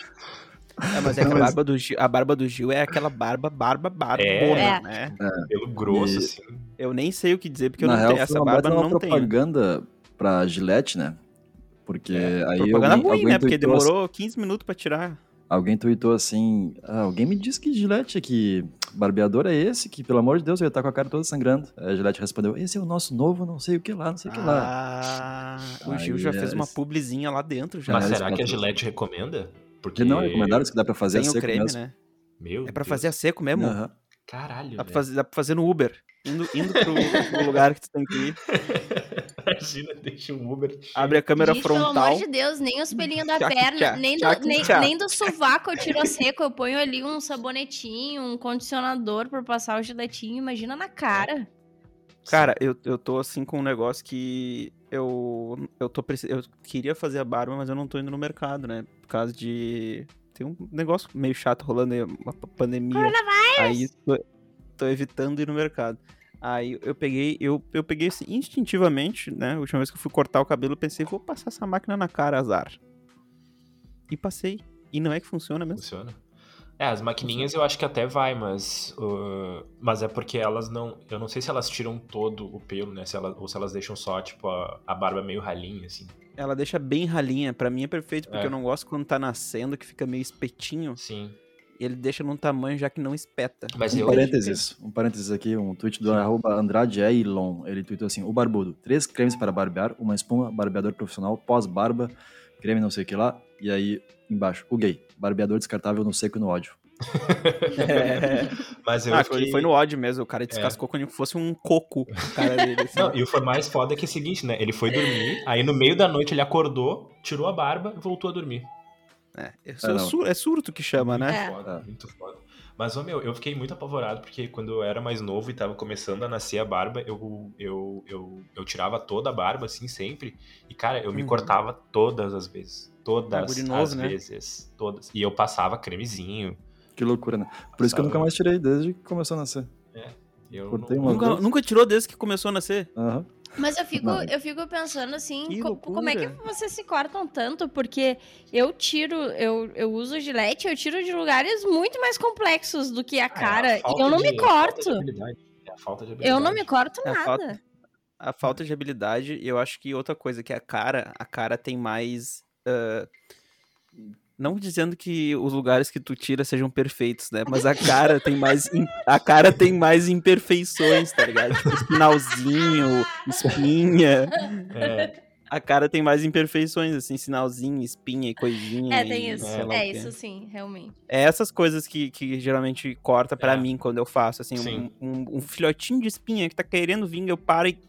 D: É, mas é que a
C: Não, mas-
D: barba, do Gil, a barba do Gil é aquela barba, barba, barba,
A: É.
D: bona,
B: É.
D: né?
A: Pelo grosso,
C: E-
A: assim.
D: Eu nem sei o que dizer, porque eu
C: Na
D: não
C: real,
D: tenho,
C: foi
D: essa
C: uma
D: barba
C: baita uma
D: não tem.
C: propaganda pra Gillette, né? Porque aí
D: Propaganda
C: alguém,
D: ruim,
C: alguém
D: né? Porque
C: tweetou assim-
D: demorou quinze minutos pra tirar.
C: Alguém tweetou assim, ah, alguém me disse que Gillette, que barbeador é esse, que pelo amor de Deus eu ia estar com a cara toda sangrando. Aí a Gillette respondeu, esse é o nosso novo não sei o que lá, não sei o que lá.
D: Ah, o
C: Aí
D: Gil já
C: é
D: fez uma
C: esse-
D: publizinha lá dentro já.
A: Mas
C: eles
A: será que a
C: patrocinam.
A: Gillette recomenda? Porque...
C: Porque não é recomendado, isso que dá pra fazer
D: Tem
C: a
D: o
C: seco
D: creme,
C: mesmo.
D: né?
A: Meu
D: É pra
A: Deus.
D: fazer a seco mesmo.
C: Aham.
A: Caralho,
D: Dá pra,
A: velho.
D: fazer, dá pra fazer no Uber. Indo, indo pro, pro lugar que tu tem que ir.
A: Imagina, deixa um Uber.
D: Abre a câmera
B: Gente, pelo
D: frontal.
B: amor de Deus, nem os pelinhos da
D: Tchá que
B: perna,
D: tchá,
B: nem
D: tchá
B: do,
D: que
B: nem,
D: tchá.
B: nem do sovaco eu tiro a seco. Eu ponho ali um sabonetinho, um condicionador pra passar o giletinho. Imagina na cara.
D: Cara, eu, eu tô assim com um negócio que eu eu tô precis- eu queria fazer a barba, mas eu não tô indo no mercado, né? Por causa de tem um negócio meio chato rolando aí, uma p- pandemia. Aí tô, tô evitando ir no mercado. Aí eu peguei, eu, eu peguei assim, instintivamente, né? A última vez que eu fui cortar o cabelo, eu pensei, vou passar essa máquina na cara, azar. E passei. E não é que funciona mesmo.
A: Funciona? É, as maquininhas eu acho que até vai, mas uh, mas é porque elas não, eu não sei se elas tiram todo o pelo, né, se elas, ou se elas deixam só, tipo, a, a barba meio ralinha, assim.
D: Ela deixa bem ralinha. Pra mim é perfeito, porque
A: É.
D: eu não gosto quando tá nascendo, que fica meio espetinho.
A: Sim.
D: e ele deixa num tamanho já que não espeta.
A: Mas
C: Um
A: eu...
C: parênteses, um parênteses aqui, um tweet do arroba Andrade Eilon. Ele tweetou assim: o barbudo, três cremes para barbear, uma espuma, barbeador profissional, pós-barba, creme não sei o que lá, e aí embaixo, o gay, barbeador descartável no seco e no ódio.
D: É.
A: Mas eu
D: Ah,
A: fiquei...
D: foi no ódio mesmo, o cara descascou como se fosse um coco, o cara dele. Assim.
A: Não, e o foi mais foda é que é o seguinte, né? Ele foi dormir, aí no meio da noite ele acordou, tirou a barba e voltou a dormir.
D: É, isso
C: Ah,
D: é,
C: não.
D: sur- é surto que chama, né?
B: É.
A: Foda, muito foda. Mas, ô, meu, eu fiquei muito apavorado porque quando eu era mais novo e tava começando a nascer a barba, eu, eu, eu, eu tirava toda a barba, assim, sempre. E, cara, eu me
D: Uhum.
A: cortava todas as vezes. Todas
D: Ah, guri novo,
A: as
D: né?
A: vezes. Todas. E eu passava cremezinho.
C: Que loucura, né? Por isso que eu nunca mais tirei, desde que começou a nascer.
A: Eu
C: Cortei
A: não...
C: uma
D: Nunca,
C: vez.
D: nunca tirou desde que começou a nascer?
C: Aham.
B: Mas eu fico,
C: Não.
B: eu fico pensando assim,
D: Que
B: co- como é que
D: loucura.
B: vocês se cortam tanto? Porque eu tiro, eu, eu uso gilete, eu tiro de lugares muito mais complexos do que a
A: Ah, é
B: cara.
A: a falta
B: e eu não
A: de-
B: me
A: a falta de
B: corto.
A: habilidade. É a falta de habilidade.
B: Eu não me corto
D: É a
B: nada.
D: falta- A falta de habilidade, eu acho que outra coisa que a cara, a cara tem mais... ah, não dizendo que os lugares que tu tira sejam perfeitos, né? Mas a cara tem mais, im- a cara tem mais imperfeições, tá ligado? Tipo, sinalzinho, espinha.
A: É,
D: A cara tem mais imperfeições, assim, sinalzinho, espinha e coisinha.
B: É, tem
D: e
B: isso.
D: sei lá o
B: É
D: quê.
B: isso sim, realmente.
D: É essas coisas que, que geralmente corta pra
A: É.
D: mim quando eu faço, assim,
A: Sim.
D: um, um, um filhotinho de espinha que tá querendo vir, eu paro e...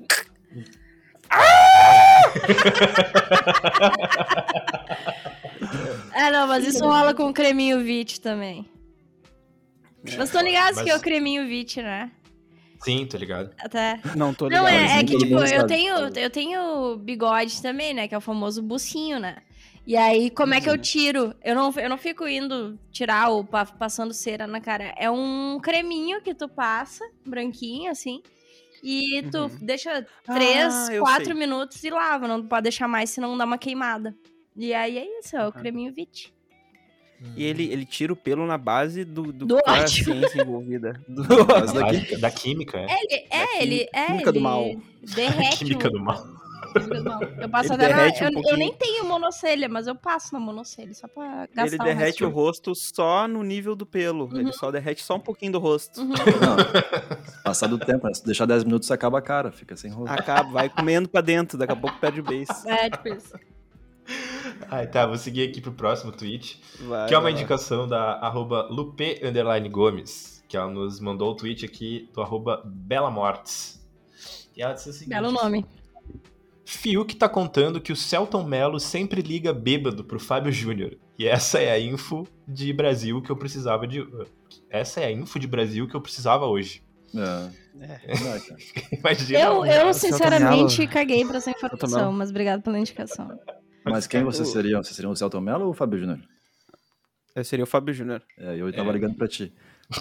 B: É, não, mas isso rola com o creminho Vit também. Vocês estão ligados
A: mas-
B: que é o creminho Vit, né?
A: Sim, tô ligado.
B: Até...
D: Não tô ligado.
B: Não, é,
C: mas
B: é
C: nem
B: que,
C: todo
B: tipo,
C: mundo
B: eu
C: sabe.
B: tenho, eu tenho bigode também, né? Que é o famoso bucinho, né? E aí, como é que eu tiro? Eu não, eu não fico indo tirar ou pa- passando cera na cara. É um creminho que tu passa, branquinho, assim. E tu
D: Uhum.
B: deixa
D: Ah,
B: três,
D: eu
B: quatro
D: sei.
B: minutos e lava. Não pode deixar mais, senão dá uma queimada. E aí é isso, é o
D: Uhum.
B: creminho Vit.
D: E ele, ele tira o pelo na base do, do,
B: Do
D: qual é a
B: ódio.
D: ciência envolvida. Do
C: Mas
A: Da,
C: daqui-
A: da química, é.
B: Ele, é, ele, é,
D: química do
B: ele
D: mal.
B: derrete
A: Química
B: o-
A: do mal.
B: química do mal. Eu passo
D: Ele
B: até na...
D: derrete um
B: eu, eu
D: pouquinho.
B: nem tenho monocelha, mas eu passo na monocelha, só pra gastar
D: Ele
B: o
D: derrete o
B: resto.
D: rosto só no nível do pelo. Ele só derrete só um pouquinho do rosto.
B: Uhum.
C: Não, passar do tempo, né? Se deixar dez minutos, acaba a cara, fica sem rosto.
D: Acaba, vai comendo pra dentro, daqui a pouco perde o base.
B: É, tipo isso.
A: Ai, tá, vou seguir aqui pro próximo tweet.
D: Vai,
A: Que é uma
D: vai lá.
A: indicação da arroba Lupe underline Gomes, que ela nos mandou o tweet aqui do arroba Bela Mortes. E ela disse o seguinte:
B: Belo nome.
A: Fiuk tá contando que o Celton Mello sempre liga bêbado pro Fábio Júnior. E essa é a info de Brasil que eu precisava de. Essa é a info de Brasil que eu precisava hoje.
C: É.
D: É.
C: Não, cara.
A: Imagina.
B: Eu, eu
D: o
B: sinceramente,
D: Celton
B: caguei pra essa
D: Celton
B: informação,
D: Mello.
B: mas obrigado pela indicação.
C: Mas quem vocês seriam? Vocês seriam o Celton Mello ou o Fábio Júnior?
D: Eu seria o Fábio Júnior.
C: É, eu tava
A: É.
C: ligando pra ti.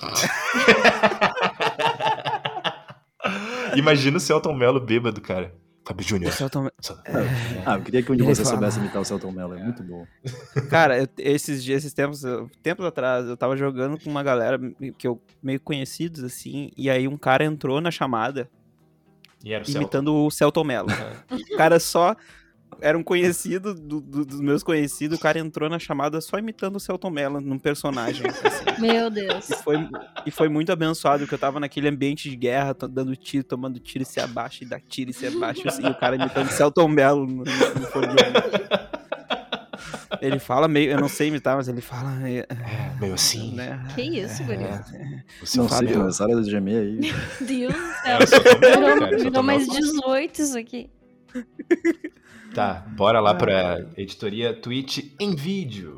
A: Imagina o Celton Mello bêbado, cara. Fábio Júnior.
D: Celton-
C: Ah, eu queria que um de
D: Ele
C: vocês
D: fala.
C: soubesse imitar o Celton Mello, é muito bom.
D: Cara, eu- esses dias, esses tempos, eu- tempos atrás, eu tava jogando com uma galera que eu meio conhecidos, assim, e aí um cara entrou na chamada
A: E era o Celton.
D: imitando o Celton Mello. O cara só era um conhecido do- do- dos meus conhecidos, o cara entrou na chamada só imitando o Celton Mello num personagem. assim.
B: Meu Deus.
D: E foi, e foi muito abençoado, porque eu tava naquele ambiente de guerra, tô dando tiro, tomando tiro e se abaixa, e dá tiro e se abaixa, assim, e o cara imitando Celton Mello no, no foguinho. Ele fala meio, eu não sei imitar, mas ele fala, é,
A: É, meio assim.
D: né?
B: Que isso, guri?
A: O seu
C: Não sei,
A: Fábio.
C: começaram a gemer aí.
B: Deus do
A: É,
B: céu.
A: o Celton Mello,
B: Virou,
A: cara, o
B: virou
A: Celton
B: mais
A: Mello.
B: dezoito isso aqui.
A: Tá, bora lá pra editoria Twitch em vídeo.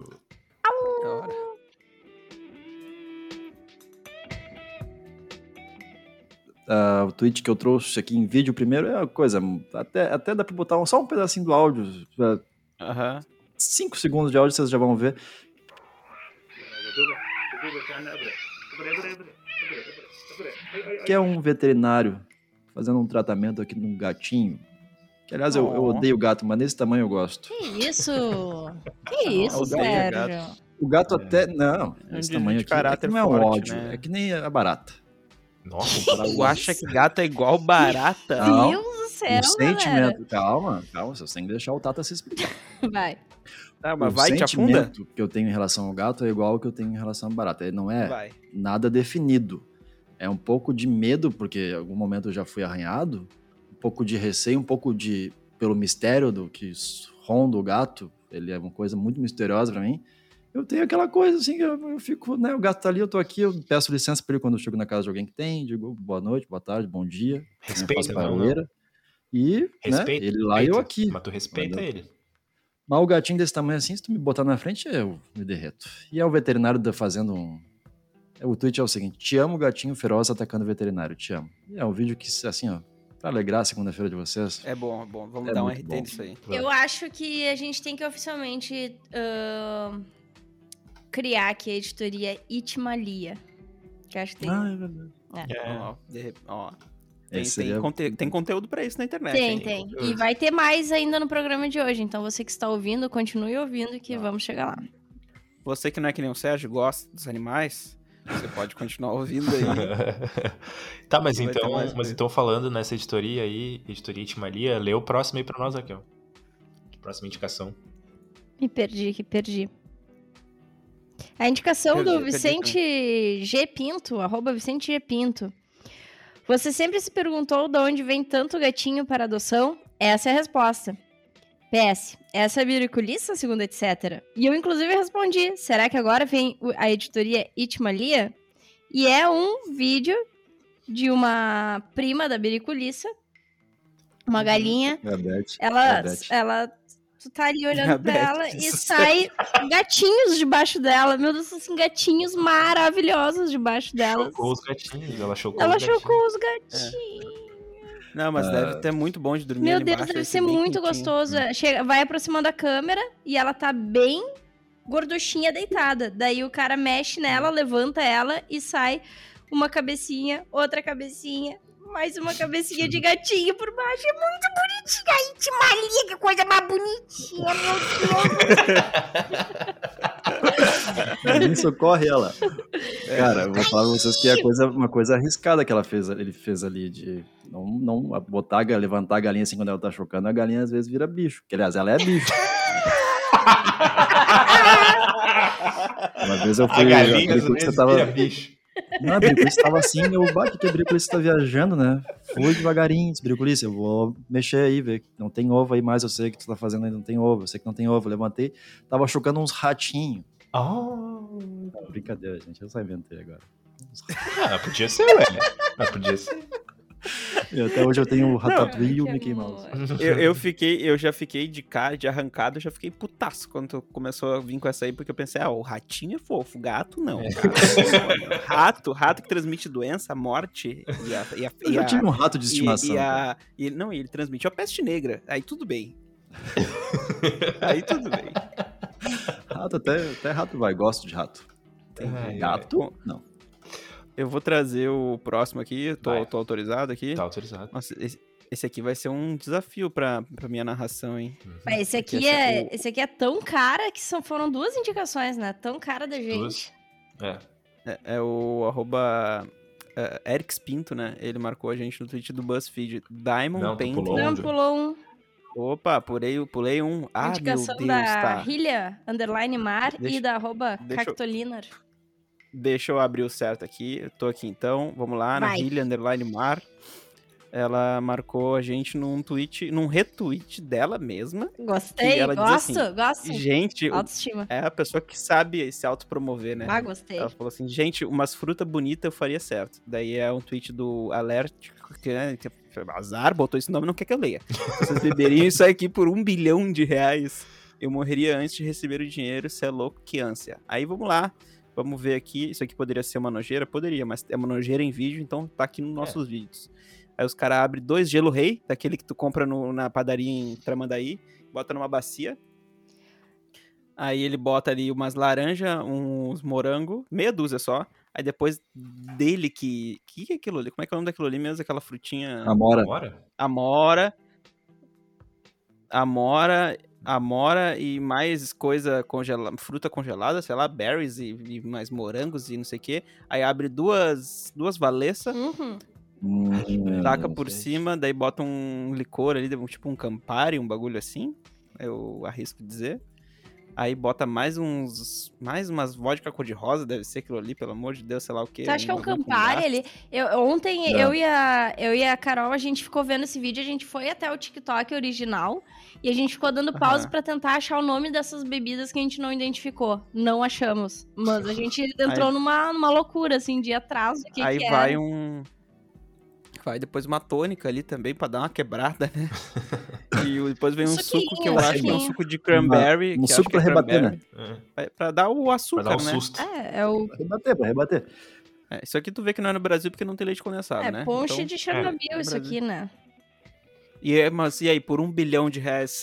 C: Ah, o tweet que eu trouxe aqui em vídeo primeiro é uma coisa, até, até dá pra botar um- só um pedacinho do áudio, ah,
D: Aham.
C: cinco segundos de áudio vocês já vão ver. Que é um veterinário fazendo um tratamento aqui num gatinho. Que, aliás, eu, eu
D: Oh.
C: odeio gato, mas nesse tamanho eu gosto.
B: Que isso? Que isso,
D: odeia
B: Sérgio?
C: O gato até... Não,
D: É um
C: esse
D: desvio
C: tamanho
D: de
C: aqui é que
D: caráter
C: não é um
D: forte,
C: ódio,
D: né?
C: é que nem a barata.
A: Nossa,
D: Tu acha que gato é igual barata?
C: Não.
B: Deus do céu,
C: o
B: galera.
C: sentimento... Calma, calma, você tem que deixar o Tata se explicar.
B: Vai.
D: Ah, mas
C: o
D: vai, te afunda?
C: sentimento que eu tenho em relação ao gato é igual ao que eu tenho em relação ao barata. Ele não é
D: Vai.
C: nada definido. É um pouco de medo, porque em algum momento eu já fui arranhado, um pouco de receio, um pouco de... pelo mistério do que ronda o gato, ele é uma coisa muito misteriosa pra mim. Eu tenho aquela coisa assim, que eu, eu fico, né, o gato tá ali, eu tô aqui, eu peço licença pra ele quando eu chego na casa de alguém que tem, digo boa noite, boa tarde, bom dia,
A: Respeita,
C: faço
A: não,
C: barulheira, e,
A: Respeita,
C: né, ele lá e eu
A: respeita,
C: aqui.
A: Mas tu respeita
C: Entendeu?
A: ele.
C: Mas o gatinho desse tamanho assim, se tu me botar na frente, eu me derreto. E é o veterinário da fazendo um... O tweet é o seguinte, te amo, gatinho feroz atacando o veterinário, te amo. E é um vídeo que, assim, ó, pra alegrar a segunda-feira de vocês.
D: É bom, é bom. Vamos
C: É
D: dar um
C: muito
D: R T
C: bom.
D: nisso aí.
B: Eu acho que a gente tem que oficialmente ahn, criar aqui a editoria Itmalia. Que eu acho que tem.
C: Ah, é verdade.
D: Ó, de rep- ó, tem,
C: Esse
D: tem,
C: seria-
D: conte- tem conteúdo pra isso na internet.
B: tem,
D: hein?
B: tem. E vai ter mais ainda no programa de hoje. Então você que está ouvindo, continue ouvindo que vamos chegar lá.
D: Você que não é que nem o Sérgio, gosta dos animais, você pode continuar ouvindo aí.
A: Tá, mas
D: Vai ter
A: então,
D: mais
A: mas
D: coisa.
A: então falando nessa editoria aí, editoria Itmalia, lê o próximo aí pra nós aqui, ó. Próxima indicação.
B: Me perdi aqui, perdi. A indicação
D: Perdi,
B: do
D: perdi
B: Vicente G. Pinto, arroba Vicente G. Pinto. Você sempre se perguntou de onde vem tanto gatinho para adoção? Essa é a resposta. P S. Essa é biriculiça, segundo etcétera. E eu, inclusive, respondi. Será que agora vem o- a editoria Itmalia? E é um vídeo de uma prima da biriculiça, uma galinha.
C: É a Beth.
B: Ela,
C: É a Beth.
B: ela, tu tá ali olhando
D: A
B: pra
D: Beth,
B: ela e
D: isso.
B: sai gatinhos debaixo dela. Meu Deus, assim, gatinhos maravilhosos debaixo dela.
A: Chocou os gatinhos, ela chocou
B: Ela
A: os gatinhos.
B: chocou os gatinhos.
D: Não, mas deve ter muito bom de dormir
B: Meu
D: ali
B: Deus,
D: embaixo,
B: deve ser
D: bem
B: muito
D: quentinho.
B: gostoso. Chega, vai aproximando a câmera e ela tá bem gorduchinha deitada. Daí o cara mexe nela, levanta ela e sai uma cabecinha, outra cabecinha, mais uma cabecinha de gatinho por baixo. É muito bonitinha. Ai, Itmalia, que coisa mais bonitinha, meu Deus.
C: Nem socorre ela. Cara, eu vou falar pra vocês que é coisa, uma coisa arriscada que ela fez, ele fez ali de não, não botar, levantar a galinha assim quando ela tá chocando, a galinha às vezes vira bicho. Que, aliás, ela é bicho. Uma vez eu fui...
A: A galinha
C: a
A: às
C: biriculiça
A: vezes
C: tava,
A: vira bicho.
C: não, a biriculiça tava assim, eu bati que a biriculiça tá viajando, né? Fui devagarinho, disse, biriculiça, eu vou mexer aí, ver que não tem ovo aí mais, eu sei que tu tá fazendo aí, não tem ovo, eu sei que não tem ovo. Levantei, tava chocando uns ratinhos.
A: Oh.
C: Brincadeira, gente, eu só inventei agora.
A: Ah, podia ser, ué. Ah, podia ser.
C: E até hoje eu tenho o Ratatouille e o
B: Que
C: Mickey
B: amor.
C: Mouse.
D: Eu, eu fiquei, eu já fiquei de cara, de arrancado, eu já fiquei putaço quando tu começou a vir com essa aí, porque eu pensei, ah, o ratinho é fofo, o gato não.
A: É.
D: Cara. Rato, rato que transmite doença, morte e a... E a,
C: Eu
D: e
C: já
D: a-
C: tive um rato de
D: e-
C: estimação.
D: E,
C: cara.
D: a, e ele, não, ele transmite a peste negra, aí tudo bem. Aí tudo bem.
C: Rato, até, até rato vai, gosto de rato.
A: Ai,
C: Gato,
D: Bom,
C: não.
D: eu vou trazer o próximo aqui, tô,
A: Vai.
D: tô autorizado aqui.
A: Tá autorizado.
D: Nossa, esse, esse aqui vai ser um desafio pra, pra minha narração, hein?
B: Mas esse aqui,
D: Esse
B: é,
D: é o-
B: esse aqui é tão cara que são, foram duas indicações, né? Tão cara da gente.
A: Duas. É.
D: É, é o arroba é, Erics Pinto, né? Ele marcou a gente no tweet do BuzzFeed. Diamond
A: Não, tu
D: Painting.
A: pulou
B: Não,
A: onde?
B: pulou um.
D: Opa, pulei, pulei um. Ah,
B: indicação
D: meu Deus,
B: da
D: tá.
B: Hilha, underline mar,
D: Deixa-
B: e da arroba
D: deixa eu-
B: Cactolinar.
D: Deixa eu abrir o certo aqui. Eu tô aqui então. Vamos lá, na
B: Vai.
D: Hilha Underline Mar. Ela marcou a gente num tweet, num retweet dela mesma.
B: Gostei,
D: E ela diz
B: gosto,
D: assim,
B: gosto.
D: Gente, o-
B: Autoestima.
D: é a pessoa que sabe se autopromover, né?
B: Ah, gostei.
D: Ela falou assim, gente, umas frutas bonitas eu faria certo. Daí é um tweet do Alert, que, né, que azar, botou esse nome, não quer que eu leia. Se vocês beberiam isso aqui por um bilhão de reais, eu morreria antes de receber o dinheiro, se é louco, que ânsia. Aí vamos lá, vamos ver aqui, isso aqui poderia ser uma nojeira? Poderia, mas é uma nojeira em vídeo, então tá aqui nos nossos vídeos. Aí os caras abrem dois gelo rei, daquele que tu compra no- na padaria em Tramandaí, bota numa bacia. Aí ele bota ali umas laranja, uns morango, meia dúzia só. Aí depois dele que... que é aquilo ali? Como é que é o nome daquilo ali mesmo? Aquela frutinha...
C: Amora.
A: Bora?
D: Amora. Amora... Amora e mais coisa congelada, fruta congelada, sei lá, berries e, e mais morangos e não sei o que. Aí abre duas, duas valessas,
B: Uhum.
C: Hum,
D: taca
C: não
D: por
C: sei.
D: cima, daí bota um licor ali, tipo um Campari, um bagulho assim, eu arrisco dizer. Aí bota mais uns, mais umas vodka cor-de-rosa, deve ser aquilo ali, pelo amor de Deus, sei lá o que.
B: Tu acha que é um Campari ali? Eu, ontem
C: Não.
B: eu e, a, eu e a Carol, a gente ficou vendo esse vídeo, a gente foi até o TikTok original e a gente ficou dando pausa
D: Aham.
B: pra tentar achar o nome dessas bebidas que a gente não identificou. Não achamos. Mas a gente entrou
D: Aí-
B: numa, numa loucura, assim, de ir atrás do que
D: Aí
B: que
D: vai
B: era.
D: um... Vai depois uma tônica ali também, pra dar uma quebrada, né? E o- depois vem um
B: Suquinho,
D: suco que eu acho que é um
B: suquinho.
D: suco de cranberry.
C: Um
D: que
C: suco
D: acho que é
C: pra rebater, né?
D: cranberry,
A: É,
D: é Pra dar o
A: pra
D: açúcar,
A: dar um
D: né?
A: susto.
B: É, é o
C: Pra rebater, pra rebater.
D: É, isso aqui tu vê que não é no Brasil porque não tem leite condensado,
B: é,
D: né?
B: ponche
D: Então-
B: de Chernobyl
D: é,
B: isso
D: Brasil.
B: aqui, né?
D: E é, mas e aí, por um bilhão de reais?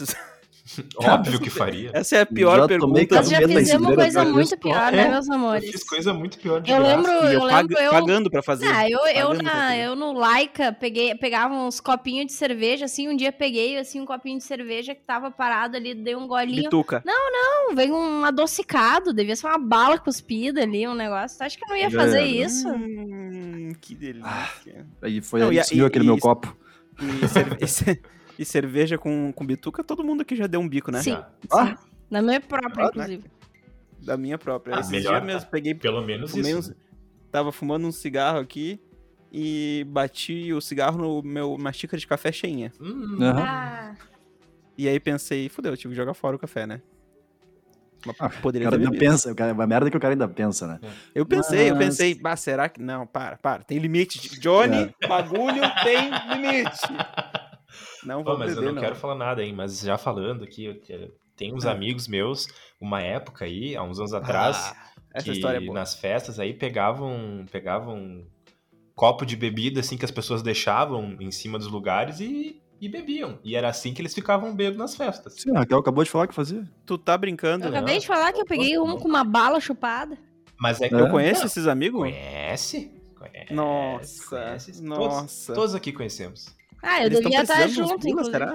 A: Óbvio que faria.
D: Essa é a pior
C: Já
D: pergunta.
C: tomei
B: Nós
C: todo
B: já
C: medo da
B: fizemos
C: Isidora,
B: coisa
C: cara,
B: muito
C: isso,
B: pior,
A: é.
B: né, meus
A: Eu
B: amores?
A: fiz coisa muito pior de
B: Eu
A: graça.
B: lembro,
D: E eu,
B: eu
D: pag-
B: lembro, eu...
D: pagando pra fazer.
B: Ah, eu, eu,
D: Pagando pra
B: na,
D: fazer.
B: eu no Laika peguei, pegava uns copinhos de cerveja, assim, um dia peguei, assim, um copinho de cerveja que tava parado ali, dei um golinho.
D: Bituca.
B: Não, veio um adocicado, devia ser uma bala cuspida ali, um negócio. Tu acha que eu não ia
C: Já
B: fazer
C: era.
B: isso?
D: Hum, que delícia.
C: Aí foi
D: Não,
C: aí
D: e-
C: que sumiu
D: e-
C: aquele
D: e-
C: meu copo.
D: E, cerve- e ce- e cerveja com, com bituca, todo mundo aqui já deu um bico, né?
B: Sim,
C: Ah.
B: sim. Na minha própria,
D: Ah,
B: inclusive.
D: Da minha própria.
A: Ah,
D: Esses
A: melhor,
D: dias mesmo,
A: tá?
D: peguei,
A: Pelo menos
D: fumei
A: isso.
D: uns- tava fumando um cigarro aqui e bati o cigarro no meu, uma xícara de café cheinha.
A: Hum,
C: Aham.
B: Ah,
D: E aí pensei, fudeu, tive que jogar fora o café, né? Mas
C: Ah,
D: poderia
C: O cara
D: ter
C: ainda
D: bebido.
C: pensa, o cara, uma merda que o cara ainda pensa, né?
D: Eu pensei, eu
C: Mas-
D: pensei, bah, será que... Não, para, para, tem limite. Johnny, bagulho tem limite. Não
A: Pô,
D: vou
A: mas
D: beber,
A: eu não,
D: não.
A: quero falar nada, hein? Mas já falando aqui, eu te- tem uns
D: Ah.
A: amigos meus, uma época aí, há uns anos atrás,
D: Ah, essa
A: que
D: história é boa.
A: nas festas aí pegavam, pegavam copo de bebida assim que as pessoas deixavam em cima dos lugares e, e bebiam. E era assim que eles ficavam bêbados nas festas.
C: Sim, a Raquel acabou de falar que fazia.
D: Tu tá brincando?
B: eu
A: Não,
B: acabei de falar que eu peguei um com uma bala chupada.
A: Mas é que
C: É.
D: Eu
A: eu
D: conheço
A: Não,
D: esses amigos?
A: Conhece? Conhece.
D: Nossa,
A: conhece.
D: nossa.
A: Todos, todos aqui conhecemos.
B: Ah, eu
D: Eles tão
B: devia estar
D: precisando de uns
B: junto,
D: pila,
B: inclusive.
D: será?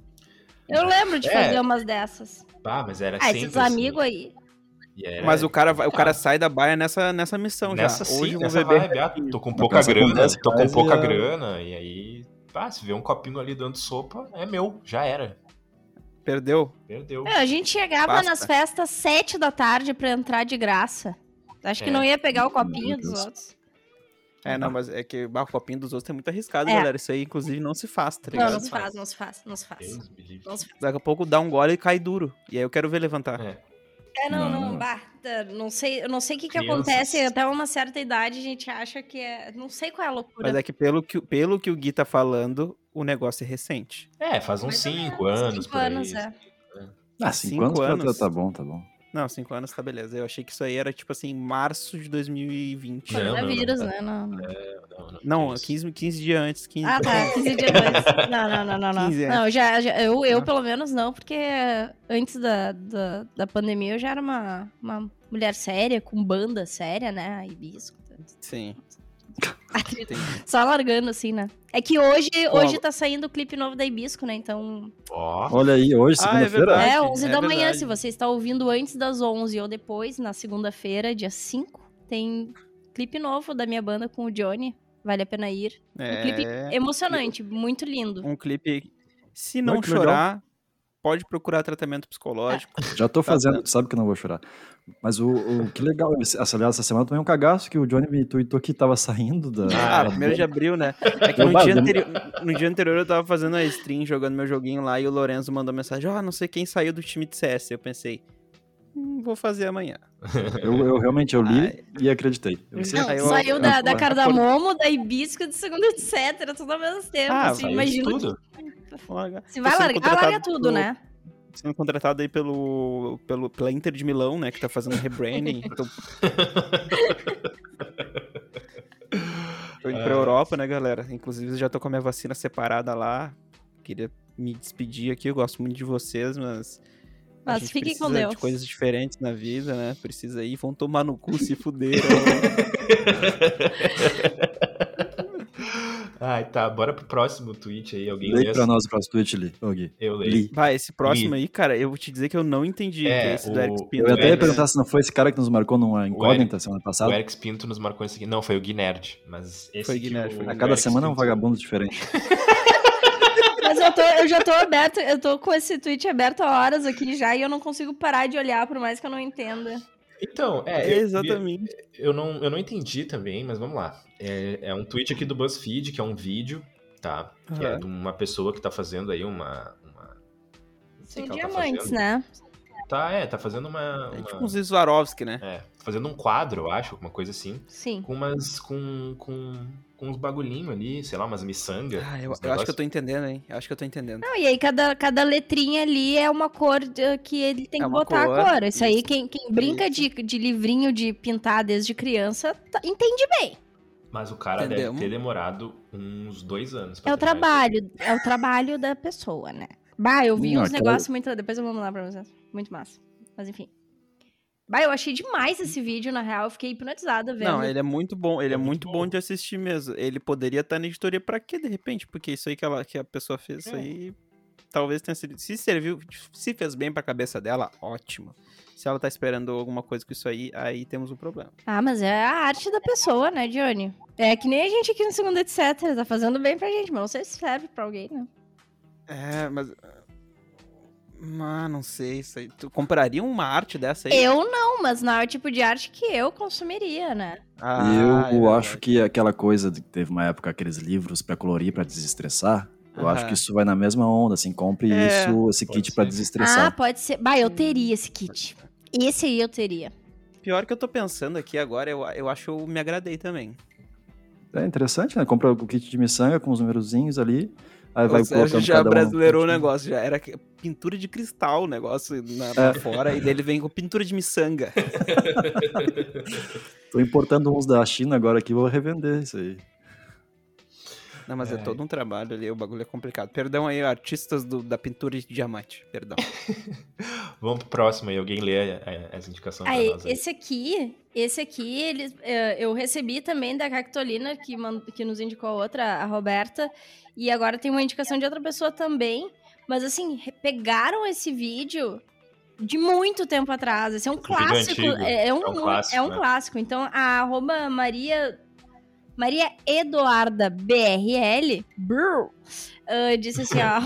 B: Eu lembro de
A: É.
B: fazer umas dessas.
A: Ah, mas era
B: Ah,
A: sempre
B: esses
A: assim.
B: amigos aí.
A: E era-
D: Mas o cara, vai- o cara
A: Ah.
D: sai da baia nessa, nessa missão
A: Nessa
D: já.
A: sim,
D: Hoje eu vou
A: nessa
D: beber.
A: vibe, ah, tô com
C: Mas
A: pouca
C: pensa,
A: grana,
C: acontece
A: tô com
C: mais
A: pouca
C: e a-
A: grana, e aí, ah, se vê um copinho ali dando sopa, é meu, já era.
D: Perdeu?
A: Perdeu.
B: Meu, a gente chegava
D: Basta.
B: nas festas sete da tarde pra entrar de graça. Acho que
A: É.
B: não ia pegar o copinho
C: Meu
B: dos
C: Deus.
B: outros.
D: É, não, mas é que bah, o copinho dos outros é muito arriscado,
B: É.
D: galera. Isso aí, inclusive, não se faz, tá
B: Não,
D: ligado?
B: não se faz, não se faz, não se faz.
A: Deus me livre.
B: Não se faz.
D: Daqui a pouco dá um gole e cai duro. E aí eu quero ver levantar.
A: É.
B: É, não,
C: Não,
B: não,
C: não.
B: bah, tá, não sei, eu não sei o que, que
A: Crianças.
B: acontece até uma certa idade, a gente acha que é, não sei qual é a loucura.
D: Mas é que pelo, que pelo que o Gui tá falando, o negócio é recente.
A: É, faz uns
B: Mais ou
A: cinco
B: menos,
A: anos
B: cinco
A: por aí.
B: anos, é.
C: Ah,
D: Cinco
C: cinco anos, pra-
D: anos.
C: tá bom, tá bom.
D: Não, cinco anos tá beleza. Eu achei que isso aí era tipo assim, março de dois mil e vinte.
A: Não, não, não,
B: Coronavírus,
A: tá.
B: né? Não, não.
A: Não, não,
D: Não,
A: que isso.
D: quinze, quinze dias antes. quinze
B: Ah, tá, quinze dias antes. Não, não, não, não, não.
D: quinze, é.
B: Não, já, já- eu, eu
D: Não.
B: pelo menos não, porque antes da, da, da pandemia eu já era uma, uma mulher séria, com banda séria, né? A Hibisco.
D: Sim. Entendi.
B: Só largando assim, né? É que hoje,
D: Pô,
B: hoje tá saindo o clipe novo da Hibisco, né? Então.
A: Ó,
C: Olha aí, hoje,
D: Ah, é
C: segunda-feira.
D: verdade.
B: É, onze
D: é
B: da manhã.
D: verdade.
B: Se você está ouvindo antes das onze ou depois, na segunda-feira, dia cinco, tem clipe novo da minha banda com o Johnny. Vale a pena ir. Um clipe
D: É
B: emocionante, muito lindo.
D: um clipe. Se
C: Ah,
D: não
C: que legal.
D: chorar, pode procurar tratamento psicológico.
C: Já tô
D: Tá
C: fazendo,
D: dando.
C: tu sabe que eu não vou chorar. Mas o, o que legal, esse- aliás, essa semana também um cagaço que o Johnny me tweetou que tava saindo da.
D: Ah,
C: da-
D: primeiro de abril, né? É que no
C: Bah,
D: dia,
C: dem-
D: anterior, no dia anterior eu tava fazendo a stream, jogando meu joguinho lá, e o Lorenzo mandou mensagem, ó, não sei quem saiu do time de C S. Eu pensei, hum, vou fazer amanhã.
C: Eu, eu realmente eu li
D: Ai.
C: e acreditei. Eu pensei,
B: Não,
D: Aí eu-
B: saiu
D: eu-
B: da,
D: eu-
B: da
D: eu-
B: Cardamomo, da Hibisco, de segunda, etcétera, tudo ao mesmo tempo.
D: Ah,
B: assim,
A: saiu de
B: imagina
A: tudo.
B: Se vai
D: Tô sendo
B: largar,
D: contratado
B: larga tudo,
D: pro-
B: né?
D: Sendo contratado aí pelo, pelo, pela Inter de Milão, né, que tá fazendo rebranding. Então, tô indo pra Europa, né, galera? Inclusive, já tô com a minha vacina separada lá. Queria me despedir aqui, eu gosto muito de vocês, mas... a
B: Mas
D: gente
B: fiquem com
D: precisa
B: Deus.
D: de coisas diferentes na vida, né? Precisa ir, vão tomar no cu, se fuderam.
A: Ah, Ai, tá, bora pro próximo tweet aí. Alguém
C: Lê
A: lê
C: pra
A: essa?
C: nós o próximo tweet, Li. Ô, Gui.
A: Eu leio.
C: Li.
D: Vai, esse próximo
A: Li.
D: aí, cara, eu vou te dizer que eu não entendi.
A: É,
D: que é esse do
A: o-
D: Eric
C: Eu
D: Pinto.
C: ia até ia
A: Eric-
C: perguntar se não foi esse cara que nos marcou numa incógnita semana
A: O
C: passada.
A: Eric Pinto nos marcou esse aqui. Não, foi o Gui Nerd. Mas esse
D: Foi o
A: que
D: Gui Nerd,
A: o-
D: foi o
C: A
D: Gui
C: cada
A: Eric
C: semana é um
A: Pinto-
C: vagabundo diferente.
B: Mas eu, tô, eu já tô aberto, eu tô com esse tweet aberto há horas aqui já e eu não consigo parar de olhar, por mais que eu não entenda.
A: Então, é,
D: É,
A: eu,
D: exatamente.
A: eu, não, eu não entendi também, mas vamos lá. É, é um tweet aqui do BuzzFeed, que é um vídeo, tá? Que é
D: Aham.
A: de uma pessoa que tá fazendo aí uma... uma... Não sei
B: São
A: o que ela tá
B: diamantes,
A: fazendo.
B: né?
A: Tá, é, tá fazendo uma...
D: É
A: uma-
D: tipo uns Swarovski, né?
A: É, fazendo um quadro, eu acho, alguma coisa assim.
B: Sim.
A: Com umas... com, com, com uns bagulhinhos ali, sei lá, umas miçangas.
D: Ah, eu,
A: uns
D: eu acho que eu
A: negócios.
D: tô entendendo, hein? Eu acho que eu tô entendendo.
B: Não, e aí cada, cada letrinha ali é uma cor de- que ele tem
D: É
B: que
D: uma
B: botar
D: cor,
B: a cor. Isso aí,
D: isso.
B: quem, quem brinca de, de livrinho de pintar desde criança, tá- entende bem.
A: Mas o cara
D: Entendeu?
A: deve ter demorado uns dois anos pra
B: É o
A: terminar
B: trabalho, é o trabalho da pessoa, né? Bah, eu vi
C: Não,
B: uns
C: aquela-
B: negócios muito... Depois eu vou mandar pra vocês. Muito massa. Mas enfim. Bah, eu achei demais esse vídeo, na real. Eu fiquei hipnotizada vendo.
D: Não, ele é muito bom, ele é,
A: É muito
D: muito bom.
A: bom.
D: de assistir mesmo. Ele poderia estar na editoria pra quê, de repente? Porque isso aí que, ela, que a pessoa fez, isso
A: É.
D: aí talvez tenha sido... Se serviu, se fez bem pra cabeça dela, ótimo. Se ela tá esperando alguma coisa com isso aí, aí temos um problema.
B: Ah, mas é a arte da pessoa, né, Johnny? É que nem a gente aqui no Segundo Etc. Tá fazendo bem pra gente, mas não sei se serve pra alguém, né?
D: É, mas... Ah, não sei, isso aí. Tu compraria uma arte dessa aí?
B: Eu não, mas não é o tipo de arte que eu consumiria, né?
D: Ah, é
C: eu
D: verdade.
C: acho que aquela coisa de que teve uma época aqueles livros pra colorir, pra desestressar, eu acho
D: Aham.
C: que isso vai na mesma onda, assim, compre
D: É,
C: isso, esse
A: pode
C: kit pra
A: ser.
B: Ah,
C: desestressar.
B: pode ser. Bah, eu teria esse kit. Esse aí eu teria.
D: Pior que eu tô pensando aqui agora, eu, eu acho que eu me agradei também.
C: É interessante, né? Compra o kit de miçanga com os numerozinhos ali, aí vai
D: O Sérgio
C: colocando
D: já
C: cada um-
D: brasileirou o negócio, já era que- pintura de cristal o negócio na,
C: É.
D: lá fora, e daí ele vem com pintura de miçanga.
C: Tô importando uns da China agora aqui, vou revender isso aí.
D: Não, mas é,
A: É.
D: todo um trabalho ali, o bagulho é complicado. Perdão aí, artistas do- da pintura de diamante, perdão.
A: Vamos pro próximo aí, alguém lê é, essa indicação pra
B: Aí,
A: nós aí.
B: esse aqui, esse aqui, eles, eh, eu recebi também da Cactolina, que, mand- que nos indicou a outra, a Roberta, e agora tem uma indicação de outra pessoa também, mas assim, re- pegaram esse vídeo de muito tempo atrás, esse é um
A: vídeo
B: clássico,
A: antigo,
B: é, é um,
A: é um
B: mu-
A: clássico,
B: é um
A: né?
B: clássico, então a arroba Maria, Maria Eduarda B R L, brr, ah, disse assim, ó,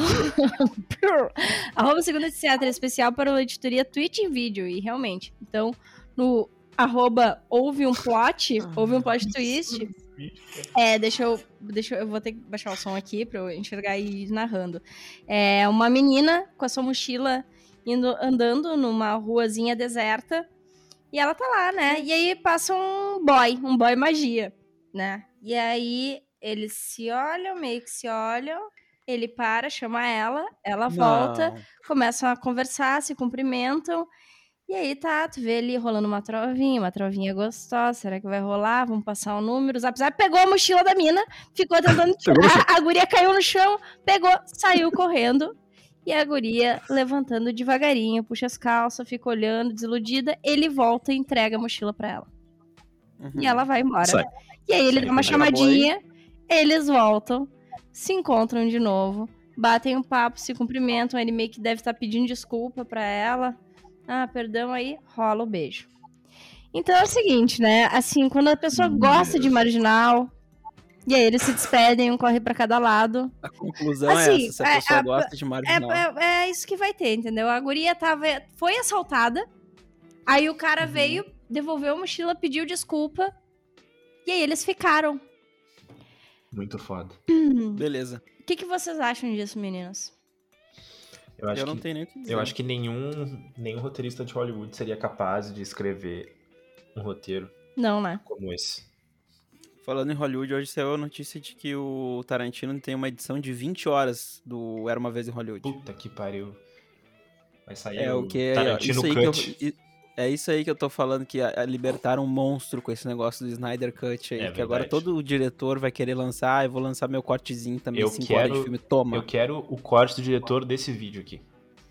B: brr, arroba segunda etc, especial para a editoria Twitch em vídeo, e realmente, então, no arroba houve um plot, houve um plot twist, é, deixa eu, deixa eu, eu vou ter que baixar o som aqui pra eu enxergar e ir narrando, é uma menina com a sua mochila indo, andando numa ruazinha deserta, e ela tá lá, né, e aí passa um boy, um boy magia, né, e aí eles se olham, meio que se olham, ele para, chama ela, ela volta,
D: Não.
B: começam a conversar, se cumprimentam, e aí tá, tu vê ali rolando uma trovinha, uma trovinha gostosa, será que vai rolar? Vamos passar o número, o Zap Zap pegou a mochila da mina, ficou tentando
C: Pegou no
B: tirar, a guria caiu no chão, pegou, saiu correndo, e a guria levantando devagarinho, puxa as calças, fica olhando, desiludida, ele volta e entrega a mochila pra ela.
D: Uhum.
B: E ela vai embora.
C: Sai.
B: E aí ele
A: Sai,
B: dá uma
A: acabou
B: chamadinha, eles voltam, se encontram de novo, batem um papo, se cumprimentam, ele meio que deve estar pedindo desculpa pra ela. Ah, perdão, aí rola o beijo. Então é o seguinte, né? Assim, quando a pessoa
C: Meu
B: gosta de
C: Deus.
B: marginal, e aí eles se despedem, um corre pra cada lado.
D: A conclusão
B: Assim,
D: é essa, se a
B: é-
D: pessoa
B: a-
D: gosta de
B: É,
D: marginal.
B: é, é isso que vai ter, entendeu? A guria tava, foi assaltada, aí o cara
D: Uhum.
B: veio, devolveu a mochila, pediu desculpa, e aí eles ficaram.
A: Muito foda.
D: Beleza.
B: O que, que vocês acham disso, meninos?
A: Eu acho
D: Eu não
A: que,
D: tenho nem o que dizer.
A: eu acho que nenhum, nenhum roteirista de Hollywood seria capaz de escrever um roteiro
B: Não, né?
A: como esse.
D: Falando em Hollywood, hoje saiu a notícia de que o Tarantino tem uma edição de vinte horas do Era Uma Vez em Hollywood.
A: Puta que pariu. Vai sair
D: É o que é,
A: Tarantino
D: isso aí que eu,
A: Cut.
D: i- é isso aí que eu tô falando, que a, a libertaram um monstro com esse negócio do Snyder Cut aí,
A: É
D: que agora
A: verdade.
D: todo diretor vai querer lançar, ah, eu vou lançar meu cortezinho também,
A: Eu
D: cinco horas de
A: quero-
D: filme, toma.
A: Eu
D: Eu,
A: quero o corte do diretor desse vídeo aqui.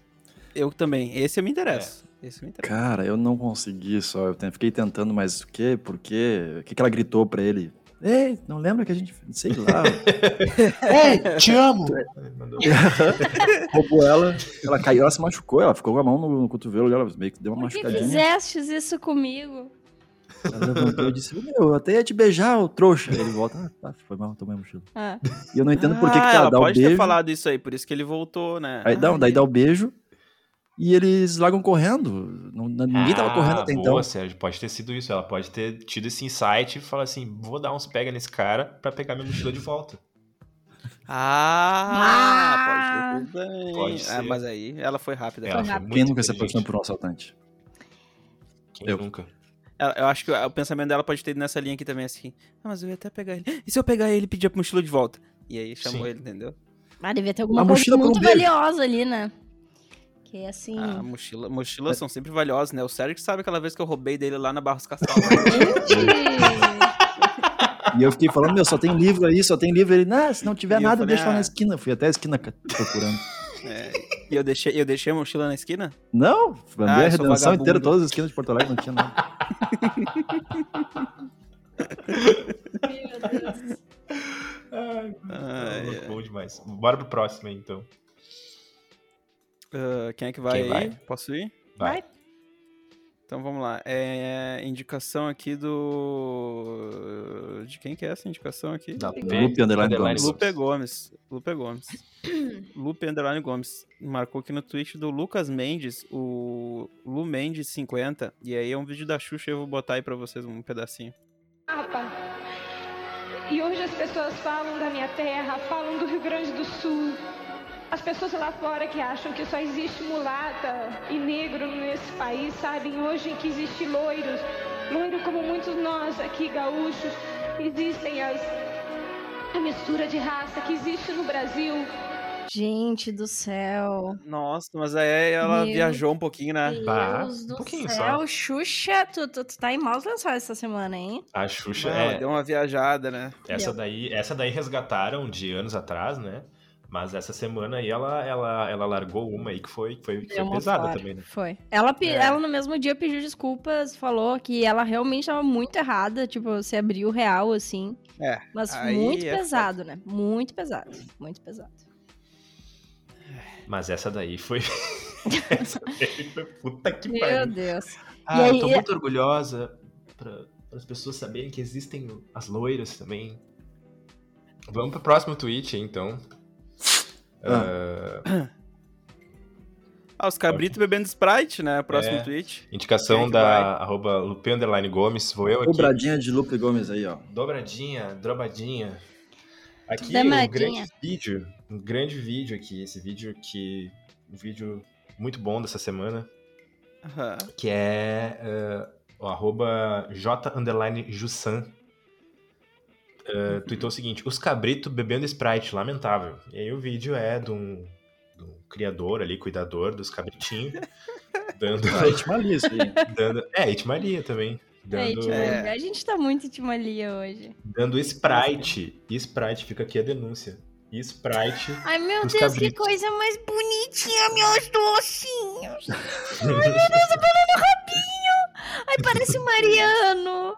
D: também, esse eu me interesso. Esse me interessa.
C: Cara, eu não consegui só. Eu te- fiquei tentando, mas o quê? Por quê? O que, que ela gritou pra ele? Ei, não lembra que a gente... Sei lá.
A: Ei, te amo!
C: Roubou ela, ela caiu, ela se machucou, ela ficou com a mão no, no cotovelo dela, meio que deu uma
B: Por que
C: machucadinha.
B: fizestes isso comigo?
C: Ela levantou e disse, meu, eu até ia te beijar, ô trouxa. Aí ele volta, ah, tá, foi mal, tomei a mochila.
B: Ah.
C: E eu não entendo por que, que
D: Ah,
C: tá,
D: ela
C: dá o
D: pode
C: beijo.
D: ter falado isso aí, por isso que ele voltou, né?
C: Aí dá,
D: Ah,
C: daí
D: ele-
C: dá o beijo e eles largam correndo. Não, ninguém tava correndo até
A: boa,
C: então.
A: Sérgio, pode ter sido isso. Ela pode ter tido esse insight e falar assim, vou dar uns pega nesse cara pra pegar minha mochila de volta.
D: Ah, pode ter sido também.
A: Pode
D: Ah,
A: ser.
D: mas aí ela foi rápida.
A: Ela
B: Foi
A: foi
B: rápido.
C: Quem
A: muito
C: nunca se
A: inteligente.
C: apaixonou por um assaltante?
A: Quem
C: Eu.
A: nunca?
D: Ela- Eu acho que o pensamento dela pode ter ido nessa linha aqui também, assim. Ah, mas eu ia até pegar ele. E se eu pegar ele e pedir a mochila de volta? E aí chamou
A: Sim.
D: ele, entendeu?
B: Ah, devia ter alguma
C: Uma
B: coisa
C: mochila por um
B: muito
C: beijo.
B: valiosa ali, né? Que é assim...
D: Ah, mochila, mochilas são sempre valiosas, né? O Sérgio que sabe aquela vez que eu roubei dele lá na Barros Castral.
C: E eu fiquei falando, meu, só tem livro aí, só tem livro. Ele, não, se não tiver
D: E eu
C: nada,
D: falei,
C: deixa lá na
D: ah.
C: esquina. Fui até a esquina ca- procurando.
D: É, e eu deixei, eu deixei a mochila na esquina?
C: Não, andei
D: Ah,
C: a
D: eu sou
C: redenção
D: vagabundo.
C: inteira, todas as esquinas de Porto Alegre, não tinha nada.
B: Meu Deus.
A: Ai,
D: Ai,
A: bom demais. Bora pro próximo aí, então.
D: Ah, quem é que vai
A: Quem
D: aí?
A: vai?
D: Posso ir?
A: Vai.
D: Então vamos lá. É indicação aqui do... De quem que é essa indicação aqui?
A: Da
B: Lupe
C: Lupe Underline Gomes.
D: Lupe Gomes. Lupe Gomes. Lupe Underline Gomes. Marcou aqui no tweet do Lucas Mendes, o Lu Mendes cinquenta. E aí é um vídeo da Xuxa, eu vou botar aí pra vocês um pedacinho.
G: Mapa. E hoje as pessoas falam da minha terra, falam do Rio Grande do Sul. As pessoas lá fora que acham que só existe mulata e negro nesse país, sabem hoje que existe loiros. Loiro como muitos nós aqui gaúchos. Existem as, a mistura de raça que existe no Brasil.
B: Gente do céu.
D: Nossa, mas aí ela
B: Meu
D: viajou um pouquinho, né?
A: Bah,
B: Deus
A: um
B: do
A: pouquinho
B: céu.
A: só.
B: Xuxa, tu, tu, tu tá em maus lençóis essa semana, hein?
A: A Xuxa,
D: Ela
A: é,
D: deu uma viajada, né?
A: essa daí, essa daí resgataram de anos atrás, né? Mas essa semana aí ela, ela, ela largou uma aí que foi, que foi, que
B: Deu
A: foi
B: uma
A: pesada
B: fora.
A: também, né?
B: Foi. Ela, pe-
D: É.
B: ela no mesmo dia pediu desculpas, falou que ela realmente tava muito errada, tipo, se abriu real, assim.
D: É.
B: Mas
D: Aí
B: muito
D: é
B: pesado, né? Muito pesado. Muito pesado.
A: Mas essa daí foi. essa daí foi puta que
B: Meu
A: pariu.
B: Deus.
A: Ah,
B: E aí-
A: eu tô muito orgulhosa para as pessoas saberem que existem as loiras também. Vamos pro próximo tweet, aí, então. Ah,
D: Ah, os cabritos bebendo Sprite, né? Próximo
A: É.
D: tweet.
A: indicação
D: Quem é que
A: da arroba Lupe Underline Gomes. Vou eu aqui.
C: Dobradinha de Lupe Gomes aí, ó.
A: Dobradinha, drobadinha. Aqui
B: Dobradinha.
A: um grande vídeo, um grande vídeo aqui, esse vídeo que, um vídeo muito bom dessa semana,
D: Aham.
A: que é uh, o arroba J underline Jussan. Uh, tweetou o seguinte, os cabritos bebendo Sprite, lamentável. E aí o vídeo é de um, de um criador ali, cuidador dos cabritinhos, dando,
C: Ah, Itimalia isso aí.
A: dando... É, Itimalia também.
B: É,
A: Dando,
B: Itimalia. A gente tá muito Itimalia hoje.
A: dando Sprite. E Sprite, fica aqui a denúncia. E Sprite...
B: Ai, meu
A: Os
B: Deus,
A: cabritos.
B: que coisa mais bonitinha, meus docinhos. Ai, meu Deus, eu falando rabinho. Ai, parece o Mariano.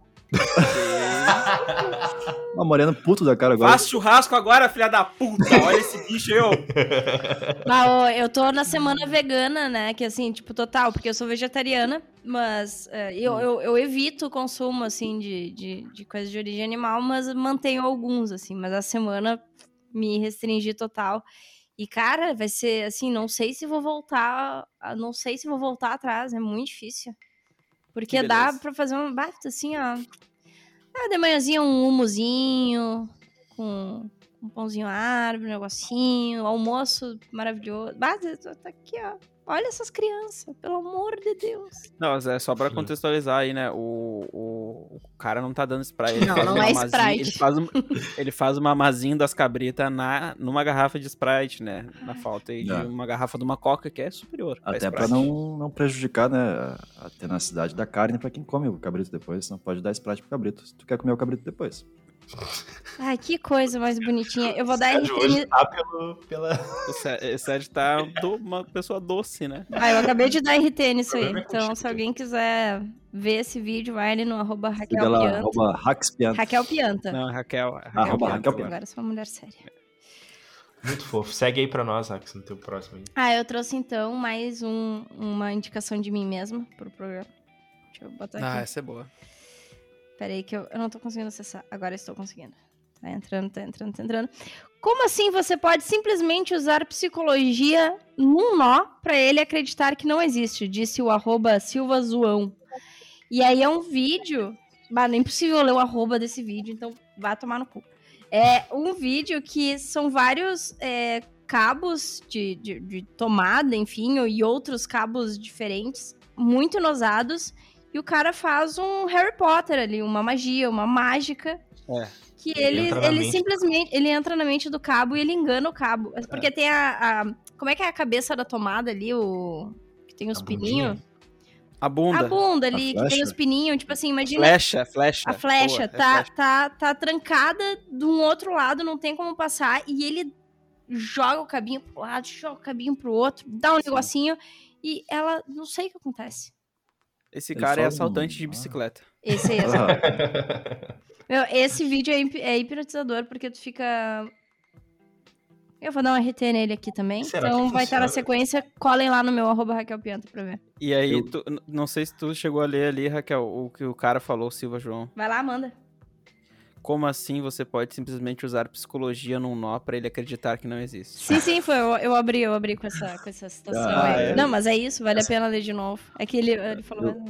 C: Uma morena puto da cara agora.
D: Faz churrasco agora, filha da puta! Olha esse bicho aí, ó.
B: Ah, ó, eu tô na semana vegana, né? Que assim, tipo, total, porque eu sou vegetariana, mas é, eu, eu, eu evito o consumo, assim, de, de, de coisas de origem animal, mas mantenho alguns, assim. Mas a semana me restringi total. E, cara, vai ser, assim, não sei se vou voltar, não sei se vou voltar atrás, é muito difícil. Porque
D: Que
B: dá
D: beleza.
B: pra fazer um bafo, assim, ó. Ah, de manhãzinha um humusinho, com um pãozinho árabe, um negocinho, almoço maravilhoso. Bah, tá aqui, ó. Olha essas crianças, pelo amor de Deus.
D: Não, mas é só pra
A: Sim.
D: contextualizar aí, né? O, o, o cara não tá dando Sprite. Ele
B: Não,
D: faz
B: não
D: um
B: é
D: amazinho-
B: Sprite.
D: Ele faz, um, ele faz uma amazinho das cabritas na, numa garrafa de Sprite, né? Na falta aí de
C: É.
D: uma garrafa de uma Coca que é superior. à
C: Até pra
D: Sprite.
C: não, não prejudicar, né, a, a tenacidade da carne pra quem come o cabrito depois. Não pode dar Sprite pro cabrito, se tu quer comer o cabrito depois.
B: Ai, que coisa mais bonitinha. Eu vou dar
A: Sérgio
B: R T...
A: hoje tá pelo, pela...
D: O Sé- o Sérgio tá do- uma pessoa doce, né?
B: Ah, eu acabei de dar R T nisso aí.
A: O problema é
B: Então,
A: contigo.
B: se alguém quiser ver esse vídeo, vai ali no arroba Raquel
C: Siga lá,
B: Pianta.
C: arroba Raxpianta.
B: Raquel Pianta.
D: Não, Raquel.
C: Arroba
D: Raquel
C: Raquel
D: Pianta.
B: Agora eu sou uma mulher séria.
A: Muito fofo. Segue aí pra nós, Ax, no teu próximo aí.
B: Ah, eu trouxe então mais um, uma indicação de mim mesma pro programa. Deixa eu botar aqui.
D: Ah, essa é boa.
B: Pera aí que eu, eu não tô conseguindo acessar. Agora eu estou conseguindo. Tá entrando, tá entrando, tá entrando. Como assim você pode simplesmente usar psicologia num nó pra ele acreditar que não existe? Disse o arroba Silva Zoão. E aí é um vídeo... Bah, não é impossível ler o arroba desse vídeo, então vá tomar no cu. É um vídeo que são vários é, cabos de, de, de tomada, enfim, e outros cabos diferentes, muito inosados, e o cara faz um Harry Potter ali, uma magia, uma mágica,
D: É.
B: que
A: Ele
B: ele,
A: entra na
B: ele
A: mente.
B: simplesmente, ele entra na mente do cabo e ele engana o cabo. Porque tem a, a- como é que é a cabeça da tomada ali, o que tem os
A: A
B: pininhos?
A: bundinha.
D: A bunda.
B: A bunda ali,
C: A
B: que tem
C: flecha?
B: os pininhos, tipo assim, imagina...
D: Flecha, flecha.
B: A flecha,
D: Boa, é
B: tá,
D: flecha.
B: tá, tá trancada de um outro lado, não tem como passar, e ele joga o cabinho pro lado, joga o cabinho pro outro, dá um
D: Sim.
B: negocinho, e ela, não sei o que acontece.
D: Esse
C: Ele
D: cara é
C: faz um-
D: assaltante de
C: ah.
D: bicicleta.
B: Esse aí,
C: Ah,
B: Meu, esse vídeo é, hip- é hipnotizador, porque tu fica... Eu vou dar um R T nele aqui também,
A: Será
B: então
A: que
B: vai estar na
A: funciona?
B: sequência, colhem lá no meu arroba Raquel Pianta pra ver.
D: E aí,
C: Eu-
D: tu- n- não sei se tu chegou a ler ali, Raquel, o que o cara falou, Silva João.
B: Vai lá, Amanda.
D: Como assim você pode simplesmente usar psicologia num nó pra ele acreditar que não existe?
B: Sim, sim, foi, eu, eu abri, eu abri com essa, com essa situação
C: Ah,
B: aí.
D: é?
B: Não, mas é isso, vale a pena ler de novo. É que ele, ele falou...
C: Eu-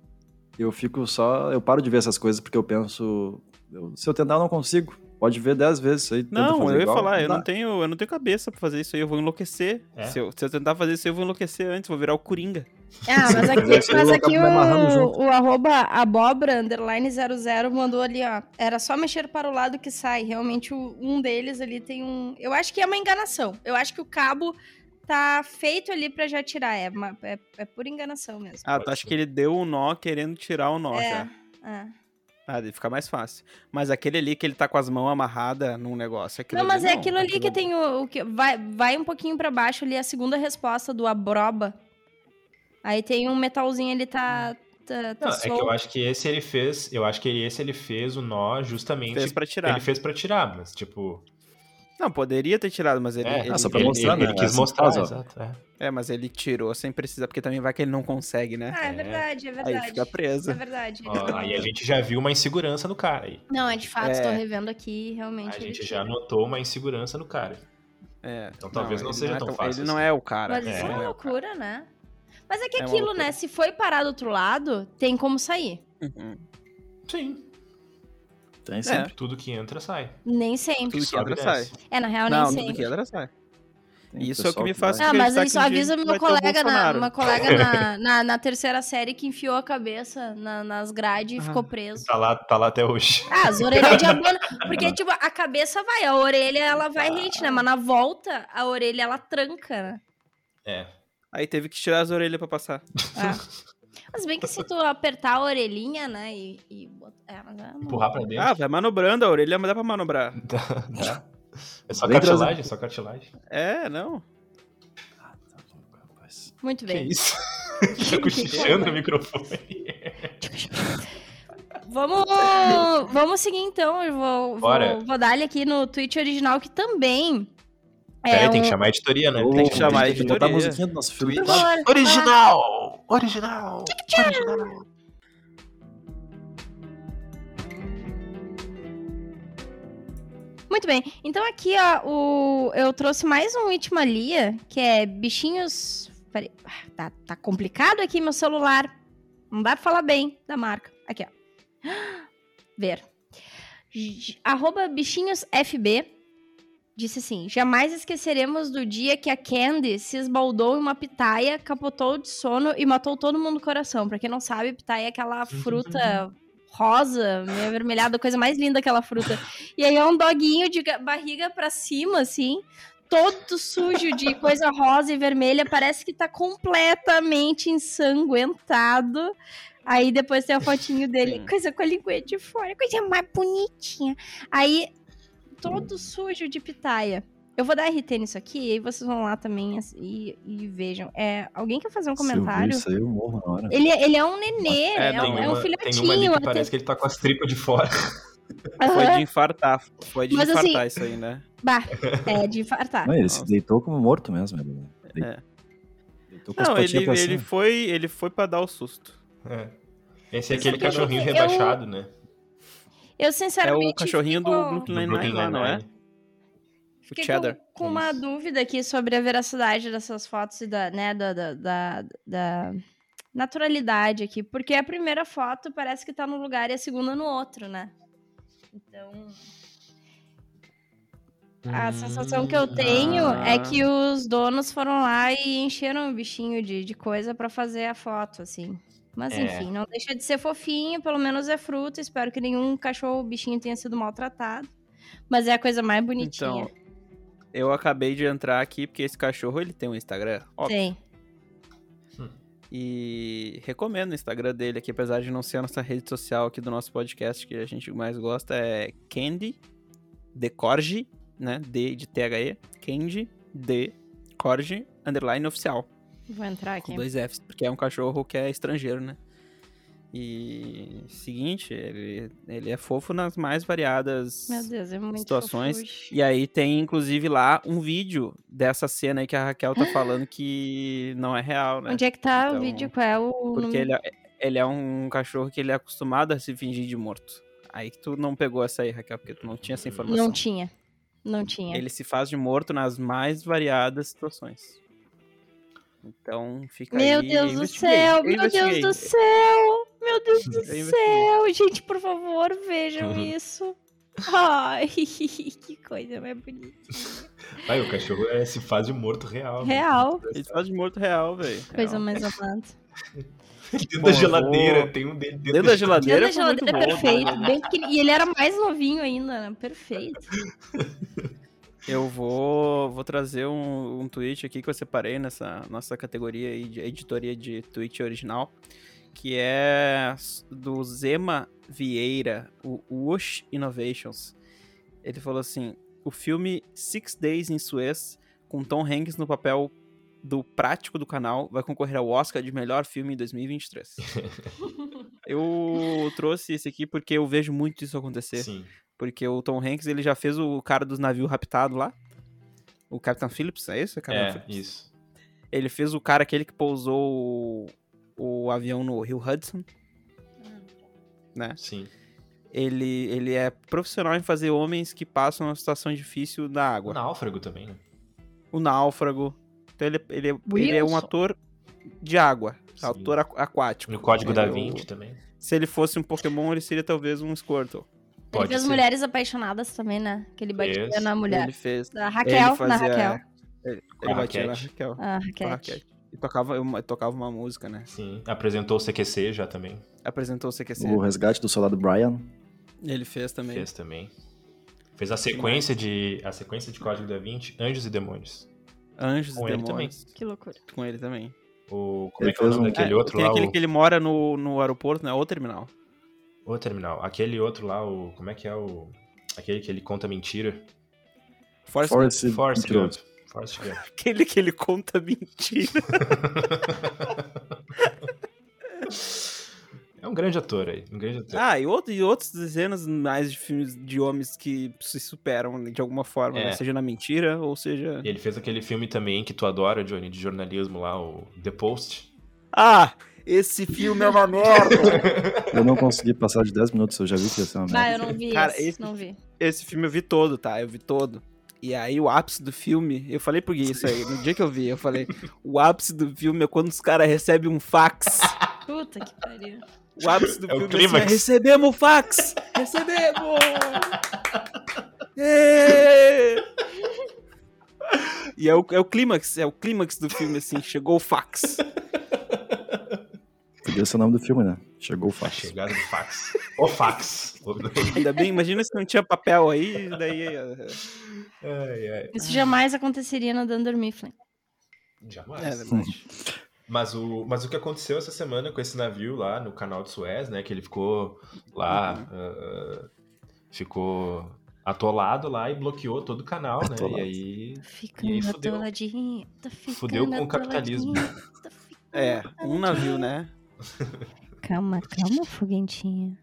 C: eu fico só. Eu paro de ver essas coisas porque eu penso. eu- se eu tentar, eu não consigo. Pode ver dez vezes isso aí. tenta
D: Não,
C: fazer
D: eu ia
C: igual,
D: falar, eu
C: dá.
D: não, tenho, eu não tenho cabeça pra fazer isso aí, eu vou enlouquecer.
A: É?
D: Se, eu, se eu tentar fazer isso aí, eu vou enlouquecer antes, vou virar o Coringa.
B: Ah, mas aqui,
C: Mas esse aí
B: mas
C: eu
B: aqui
C: acabo me amarrando junto.
B: o, o arroba abóbora, underline zero zero, mandou ali, ó. Era só mexer para o lado que sai. Realmente, o- um deles ali tem um... Eu acho que é uma enganação. Eu acho que o cabo tá feito ali pra já tirar. É, uma, é, é por enganação mesmo.
D: Ah,
A: Pode
D: tu acha
A: ser.
D: que ele deu o nó querendo tirar o nó
B: é,
D: já.
B: é.
D: Ah, deve ficar mais fácil. Mas aquele ali que ele tá com as mãos amarradas num negócio, aquilo
B: Não, mas
D: ali
B: é
D: não.
B: aquilo ali que tem o... o que, vai, vai um pouquinho pra baixo ali, a segunda resposta do abroba. Aí tem um metalzinho, ele tá... tá, tá
A: Não, é que eu
B: solto.
A: acho que esse ele fez, eu acho que esse ele fez o nó justamente...
D: Fez pra tirar.
A: Ele fez pra tirar, mas tipo...
D: Não, poderia ter tirado, mas ele...
A: é,
D: ele,
C: Ah, só pra
A: ele,
C: mostrar,
A: ele,
C: né?
A: ele quis
C: Assim
A: mostrar,
C: faz, ó.
A: exato. É.
D: É, mas ele tirou sem precisar, porque também vai que ele não consegue, né?
B: Ah, é
A: É.
B: verdade, é
D: Aí
B: verdade.
D: fica preso.
B: É verdade.
A: Ó, aí a gente já viu uma insegurança no cara aí.
B: Não, é de fato,
D: É.
B: estou revendo aqui, realmente.
A: A
B: ele
A: gente
B: tira.
A: já notou uma insegurança no cara.
D: É,
A: Então talvez não
D: ele
A: seja
D: é
A: tão
D: tão-
A: fácil
D: Ele não
A: assim.
D: é o cara.
B: Mas
A: É.
B: isso é
D: Ele
B: uma
D: não o cara.
B: loucura, né? Mas é que
D: É uma
B: aquilo,
D: loucura.
B: né? Se foi parar do outro lado, tem como sair.
D: Uhum.
A: Sim,
C: Tem sempre.
A: tudo que entra sai.
B: Nem sempre.
D: Tudo que
A: Sobe e
D: entra sai.
A: desce.
B: É, na real,
D: Não,
B: nem
D: tudo que
B: sempre.
D: entra sai.
C: Tem
D: Isso é o que
C: pessoal
D: me faz
C: vai.
B: Ah, mas
D: acreditar
B: isso
D: que um dia
B: avisa
D: vai
B: meu
D: ter o
B: colega, na,
D: Bolsonaro.
B: uma colega na, na, na terceira série que enfiou a cabeça na- nas grades e
D: Ah.
B: ficou preso.
A: Tá lá, tá lá até hoje.
B: Ah, as orelhas de abano. Porque, tipo, a cabeça vai, a orelha ela vai rente, né? Mas na volta, a orelha ela tranca, né?
A: É.
D: Aí teve que tirar as orelhas pra passar.
B: É. Mas bem que se tu apertar a orelhinha, né? E, e botar. É, mas é uma-
A: Empurrar pra dentro.
D: Ah, vai manobrando a orelha, mas dá pra manobrar.
A: Dá, dá. É só
C: Vem
A: cartilagem,
C: trazer-
A: é só cartilagem.
D: É, não.
C: Ah, tá louco, rapaz.
B: Muito
A: Que
B: bem.
A: isso? Tá cochichando o microfone.
B: Vamos, vamos seguir então. Eu vou,
A: Bora.
B: vou, vou dar-lhe aqui no Twitch original, que também.
A: Peraí,
B: é
A: tem que
B: um-
A: chamar a editoria, né?
C: Ô,
A: Tem que
D: chamar a
C: tem que botar a
D: editoria.
C: musiquinha do nosso filme.
B: Por favor.
A: Original! Original! Original!
B: Muito bem. Então aqui, ó, o... eu trouxe mais um Itmalia, que é bichinhos... Peraí. Ah, Tá, tá complicado aqui meu celular. Não dá pra falar bem da marca. Aqui, ó. Ver. J- Arroba bichinhosfb disse assim: jamais esqueceremos do dia que a Candy se esbaldou em uma pitaia, capotou de sono e matou todo mundo do coração. Pra quem não sabe, pitaia é aquela fruta rosa, meio avermelhada, coisa mais linda aquela fruta. E aí é um doguinho de ga- barriga pra cima, assim, todo sujo de coisa rosa e vermelha, parece que tá completamente ensanguentado. Aí depois tem a fotinho dele,
D: Sim.
B: coisa com a linguinha de fora, coisa mais bonitinha. Aí, todo sujo de pitaia. Eu vou dar R T nisso aqui, e aí vocês vão lá também assim, e, e vejam. É, alguém quer fazer um comentário?
C: Se eu ver isso aí, eu morro na hora.
B: Ele, ele é um nenê,
D: É,
B: é,
D: tem
B: um, é um
A: uma, tem
B: filhotinho.
A: uma ali que
B: até-
A: parece que ele tá com as tripas de fora.
D: Foi
B: Aham.
D: de infartar. Foi de
B: Mas,
D: infartar
B: assim,
D: isso aí, né?
B: Bah, é de infartar.
C: Não, ele se
D: Nossa.
C: deitou como morto mesmo. Ele deitou,
D: É.
C: deitou com as
D: Não,
C: patinhas
D: ele,
C: pra
D: ele,
C: cima.
D: foi, ele foi pra dar o susto.
A: É. Esse é aquele
B: Porque
A: cachorrinho
B: eu-
A: rebaixado, né?
B: Eu,
D: É
B: sinceramente,
D: o cachorrinho
B: fico,
D: do Brooklyn
A: Do Brooklyn
D: Nine-Nine lá, não é?
A: Nine-Nine.
D: O
B: fiquei
D: Cheddar.
B: com, com uma dúvida aqui sobre a veracidade dessas fotos e da, né, da, da, da, da naturalidade aqui. Porque a primeira foto parece que tá num lugar e a segunda no outro, né? Então... A sensação que eu tenho
D: ah.
B: é que os donos foram lá e encheram o bichinho de, de coisa pra fazer a foto, assim. Mas
A: É.
B: enfim, não deixa de ser fofinho, pelo menos é fruta. Espero que nenhum cachorro ou bichinho tenha sido maltratado. Mas é a coisa mais bonitinha.
D: Então, eu acabei de entrar aqui porque esse cachorro ele tem um Instagram, óbvio.
B: Tem.
D: E recomendo o Instagram dele aqui, apesar de não ser a nossa rede social aqui do nosso podcast, que a gente mais gosta, é Candy de Corgi, né? D de T H E, Candy de Corgi, underline oficial.
B: Vou entrar aqui.
D: Com dois Fs, porque é um cachorro que é estrangeiro, né? E seguinte, ele, ele é fofo nas mais variadas
B: Meu Deus, é muito
D: situações.
B: fofucho.
D: E aí tem, inclusive, lá um vídeo dessa cena aí que a Raquel tá falando que não é real, né?
B: Onde é que tá
D: Então,
B: o vídeo? Qual é o
D: Porque
B: número?
D: ele é, ele é um cachorro que ele é acostumado a se fingir de morto. Aí que tu não pegou essa aí, Raquel, porque tu não tinha essa informação.
B: Não tinha. Não tinha.
D: Ele se faz de morto nas mais variadas situações. Então, fica
B: Meu
D: aí.
B: Deus
D: eu
B: do
D: investiguei,
B: céu,
D: eu
B: meu Deus
D: investiguei.
B: do céu, meu Deus do
D: Eu investiguei.
B: céu. Gente, por favor, vejam
A: Uhum.
B: isso. Ai, que coisa mais bonita.
A: Aí o cachorro é, se faz de morto real. né?
B: Real,
D: Ele se faz de morto real, velho.
B: coisa
D: Real.
B: mais amada.
A: Dentro
D: Bom,
A: da
D: eu
A: geladeira,
D: vou-
A: tem um dele dentro,
D: Dentro da geladeira,
B: Dentro da
D: foi muito
B: geladeira,
D: bom.
B: perfeito. Bem pequeno. E ele era mais novinho ainda, né? Perfeito.
D: Eu vou, vou trazer um, um tweet aqui que eu separei nessa nossa categoria aí de editoria de tweet original, que é do Zema Vieira, o Wush Innovations. Ele falou assim: o filme Six Days in Suez, com Tom Hanks no papel do prático do canal, vai concorrer ao Oscar de melhor filme em dois mil e vinte e três. Eu trouxe esse aqui porque eu vejo muito isso acontecer.
A: Sim.
D: Porque o Tom Hanks, ele já fez o cara dos navios raptados lá. O Captain Phillips, é isso? É, Captain
A: É,
D: Phillips?
A: isso.
D: Ele fez o cara aquele que pousou o, o avião no Rio Hudson. Né?
A: Sim.
D: Ele, ele é profissional em fazer homens que passam uma situação difícil na
A: O
D: água.
A: náufrago também, né?
D: O náufrago. Então ele, ele, ele é um
B: Wilson.
D: ator de água.
A: Sim.
D: Ator aqu- aquático.
A: No Código
D: Ele
A: da
D: é o-
A: Vinci também.
D: Se ele fosse um Pokémon, ele seria talvez um Squirtle.
A: Pode
B: ele fez
A: ser.
B: Mulheres Apaixonadas também, né? Que ele batia
A: Fez.
B: na mulher.
D: Ele fez.
B: Da Raquel,
D: ele fazia,
B: na Raquel.
D: Ele,
A: Com
D: ele
A: a
D: batia na
A: raquete.
D: Raquel.
B: Ah,
D: Com a
B: Raquel.
D: raquete. E tocava, uma, tocava uma música, né?
A: Sim. Apresentou o C Q C já também.
D: Apresentou o C Q C.
C: O resgate do soldado Brian.
D: Ele fez também.
A: Fez também. Fez a sequência de a sequência de Código da Vinci, Anjos e Demônios.
D: Anjos
A: Com
D: e
A: ele
D: Demônios.
B: Que loucura.
D: Com ele também.
A: O como
C: Ele
A: é que é o
C: fez
A: nome
C: um-
A: daquele
D: É,
A: outro
D: tem
A: lá?
D: aquele
A: O,
D: que ele mora no, no aeroporto, né? Ou terminal.
A: o terminal. Aquele outro lá, o como é que é o aquele que ele conta mentira?
D: Forrest
C: Forrest
A: Forrest Gump.
C: Mentiroso.
A: Forrest Gump.
D: Aquele que ele conta mentira.
A: É um grande ator aí, um grande ator.
D: Ah, e, outro, e outras dezenas mais de filmes de homens que se superam de alguma forma,
A: É.
D: né? Seja na mentira, ou seja...
A: E ele fez aquele filme também que tu adora, Johnny, de jornalismo lá, o The Post.
D: Ah, esse filme é uma merda!
C: Eu não consegui passar de dez minutos, eu já vi que ia ser uma merda.
B: Ah, eu não vi
D: Cara,
B: esse,
D: esse-
B: não vi.
D: Esse filme eu vi todo, tá? Eu vi todo. E aí o ápice do filme, eu falei pro Gui isso aí, no dia que eu vi, eu falei, o ápice do filme é quando os caras recebem um fax.
B: Puta que pariu.
D: O ápice do
A: É o
D: filme é assim,
A: clímax.
D: é, recebemos o fax! Recebemos! Ê! E é o, é o clímax, é o clímax do filme, assim, chegou o fax.
C: Podia ser o nome do filme, né? Chegou o
A: A
C: fax.
A: chegada do fax. O fax.
D: Ainda bem, imagina se não tinha papel aí, daí... é,
A: Ai, ai.
B: Isso jamais aconteceria no Dunder Mifflin.
A: Jamais.
D: É verdade.
A: Mas o, mas o que aconteceu essa semana com esse navio lá no canal de Suez, né? Que ele ficou lá,
D: Uhum.
A: uh, ficou atolado lá e bloqueou todo o canal, né?
C: Atolado.
A: E aí,
B: Ficando
A: E aí fudeu.
B: atoladinho, tá ficando
A: Fudeu com o capitalismo.
B: atoladinho, tá ficando
D: É, um navio,
B: atoladinho.
D: né?
B: Calma, calma, foguentinha.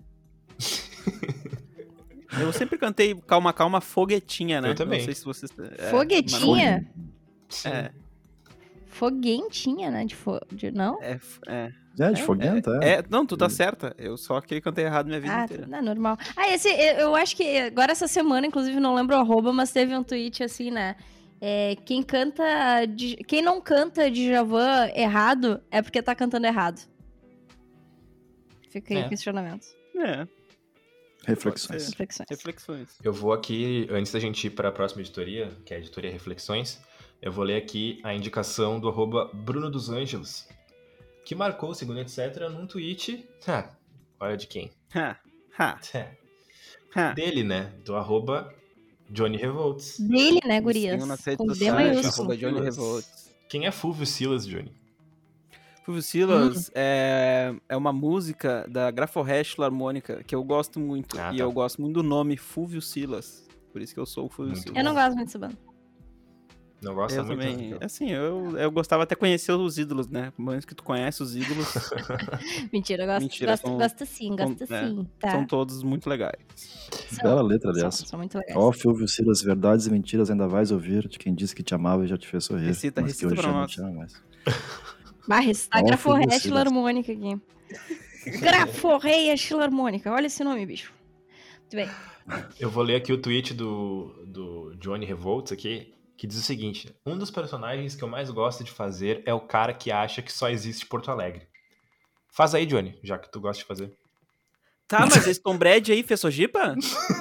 D: Eu sempre cantei Calma, Calma, Foguetinha, né?
A: Eu também.
D: Não sei se vocês... é,
B: Foguetinha?
A: Sim.
D: É,
B: Foguentinha, né? De fo... de... Não?
D: é, é,
C: É, de foguenta, é.
D: é. Não, tu tá certa. Eu só que cantei errado minha vida
B: Ah,
D: inteira.
B: não é normal. Ah, esse, eu eu acho que agora essa semana, inclusive, não lembro o arroba, mas teve um tweet assim, né? É, quem canta. de- Quem não canta Djavan errado é porque tá cantando errado. Fica aí
A: É.
B: o questionamento.
D: É,
C: Reflexões.
D: Pode
B: Reflexões.
D: reflexões.
A: Eu vou aqui, antes da gente ir para a próxima editoria, que é a editoria Reflexões, eu vou ler aqui a indicação do arroba Bruno dos Angelos, que marcou o segundo etc num tweet, ha, olha de quem?
D: Ha, ha,
A: É,
D: ha.
A: dele, né? Do arroba Johnny Revolts.
B: Dele, né,
D: Me
B: gurias?
D: sigam nas redes
B: Com D
D: sociais,
B: maiúsculo.
D: arroba Johnny
A: Silas.
D: Revolts.
A: Quem é Fulvio Silas, Johnny?
D: Fulvio Silas é, é uma música da Graforrest Harmônica que eu gosto muito.
A: Ah,
D: e
A: tá.
D: eu gosto muito do nome Fulvio Silas. Por isso que eu sou o Fulvio
A: Muito
D: Silas.
B: Eu não gosto muito dessa banda.
A: Não gosta
D: Eu
A: muito?
D: também.
A: Então.
D: Assim, eu, eu gostava até conhecer os ídolos, né? Menos que tu conhece os ídolos,
B: Mentira, eu gosto,
D: Mentira,
B: gosto,
D: são-
B: gosto sim, gosto
D: são- é,
B: sim. Tá.
D: são todos muito legais.
B: São,
C: Bela letra,
B: são,
C: aliás.
B: são muito legais.
C: Ó, Fulvio Silas, verdades e mentiras ainda vais ouvir de quem disse que te amava e já te fez sorrir.
D: Recita-
C: mas que
D: recita
C: hoje
D: pra
C: já não
D: nós.
C: te ama mais.
B: Barres, tá
C: Ó,
B: Graforrest
C: Fulvio Silas.
B: Harmônica aqui. Graforrest Harmônica, olha esse nome, bicho. Muito bem.
A: Eu vou ler aqui o tweet do, do Johnny Revolts aqui, que diz o seguinte: um dos personagens que eu mais gosto de fazer é o cara que acha que só existe Porto Alegre. Faz aí, Johnny, já que tu gosta de fazer.
D: Tá, mas esse Tom Brady aí fez Sojipa?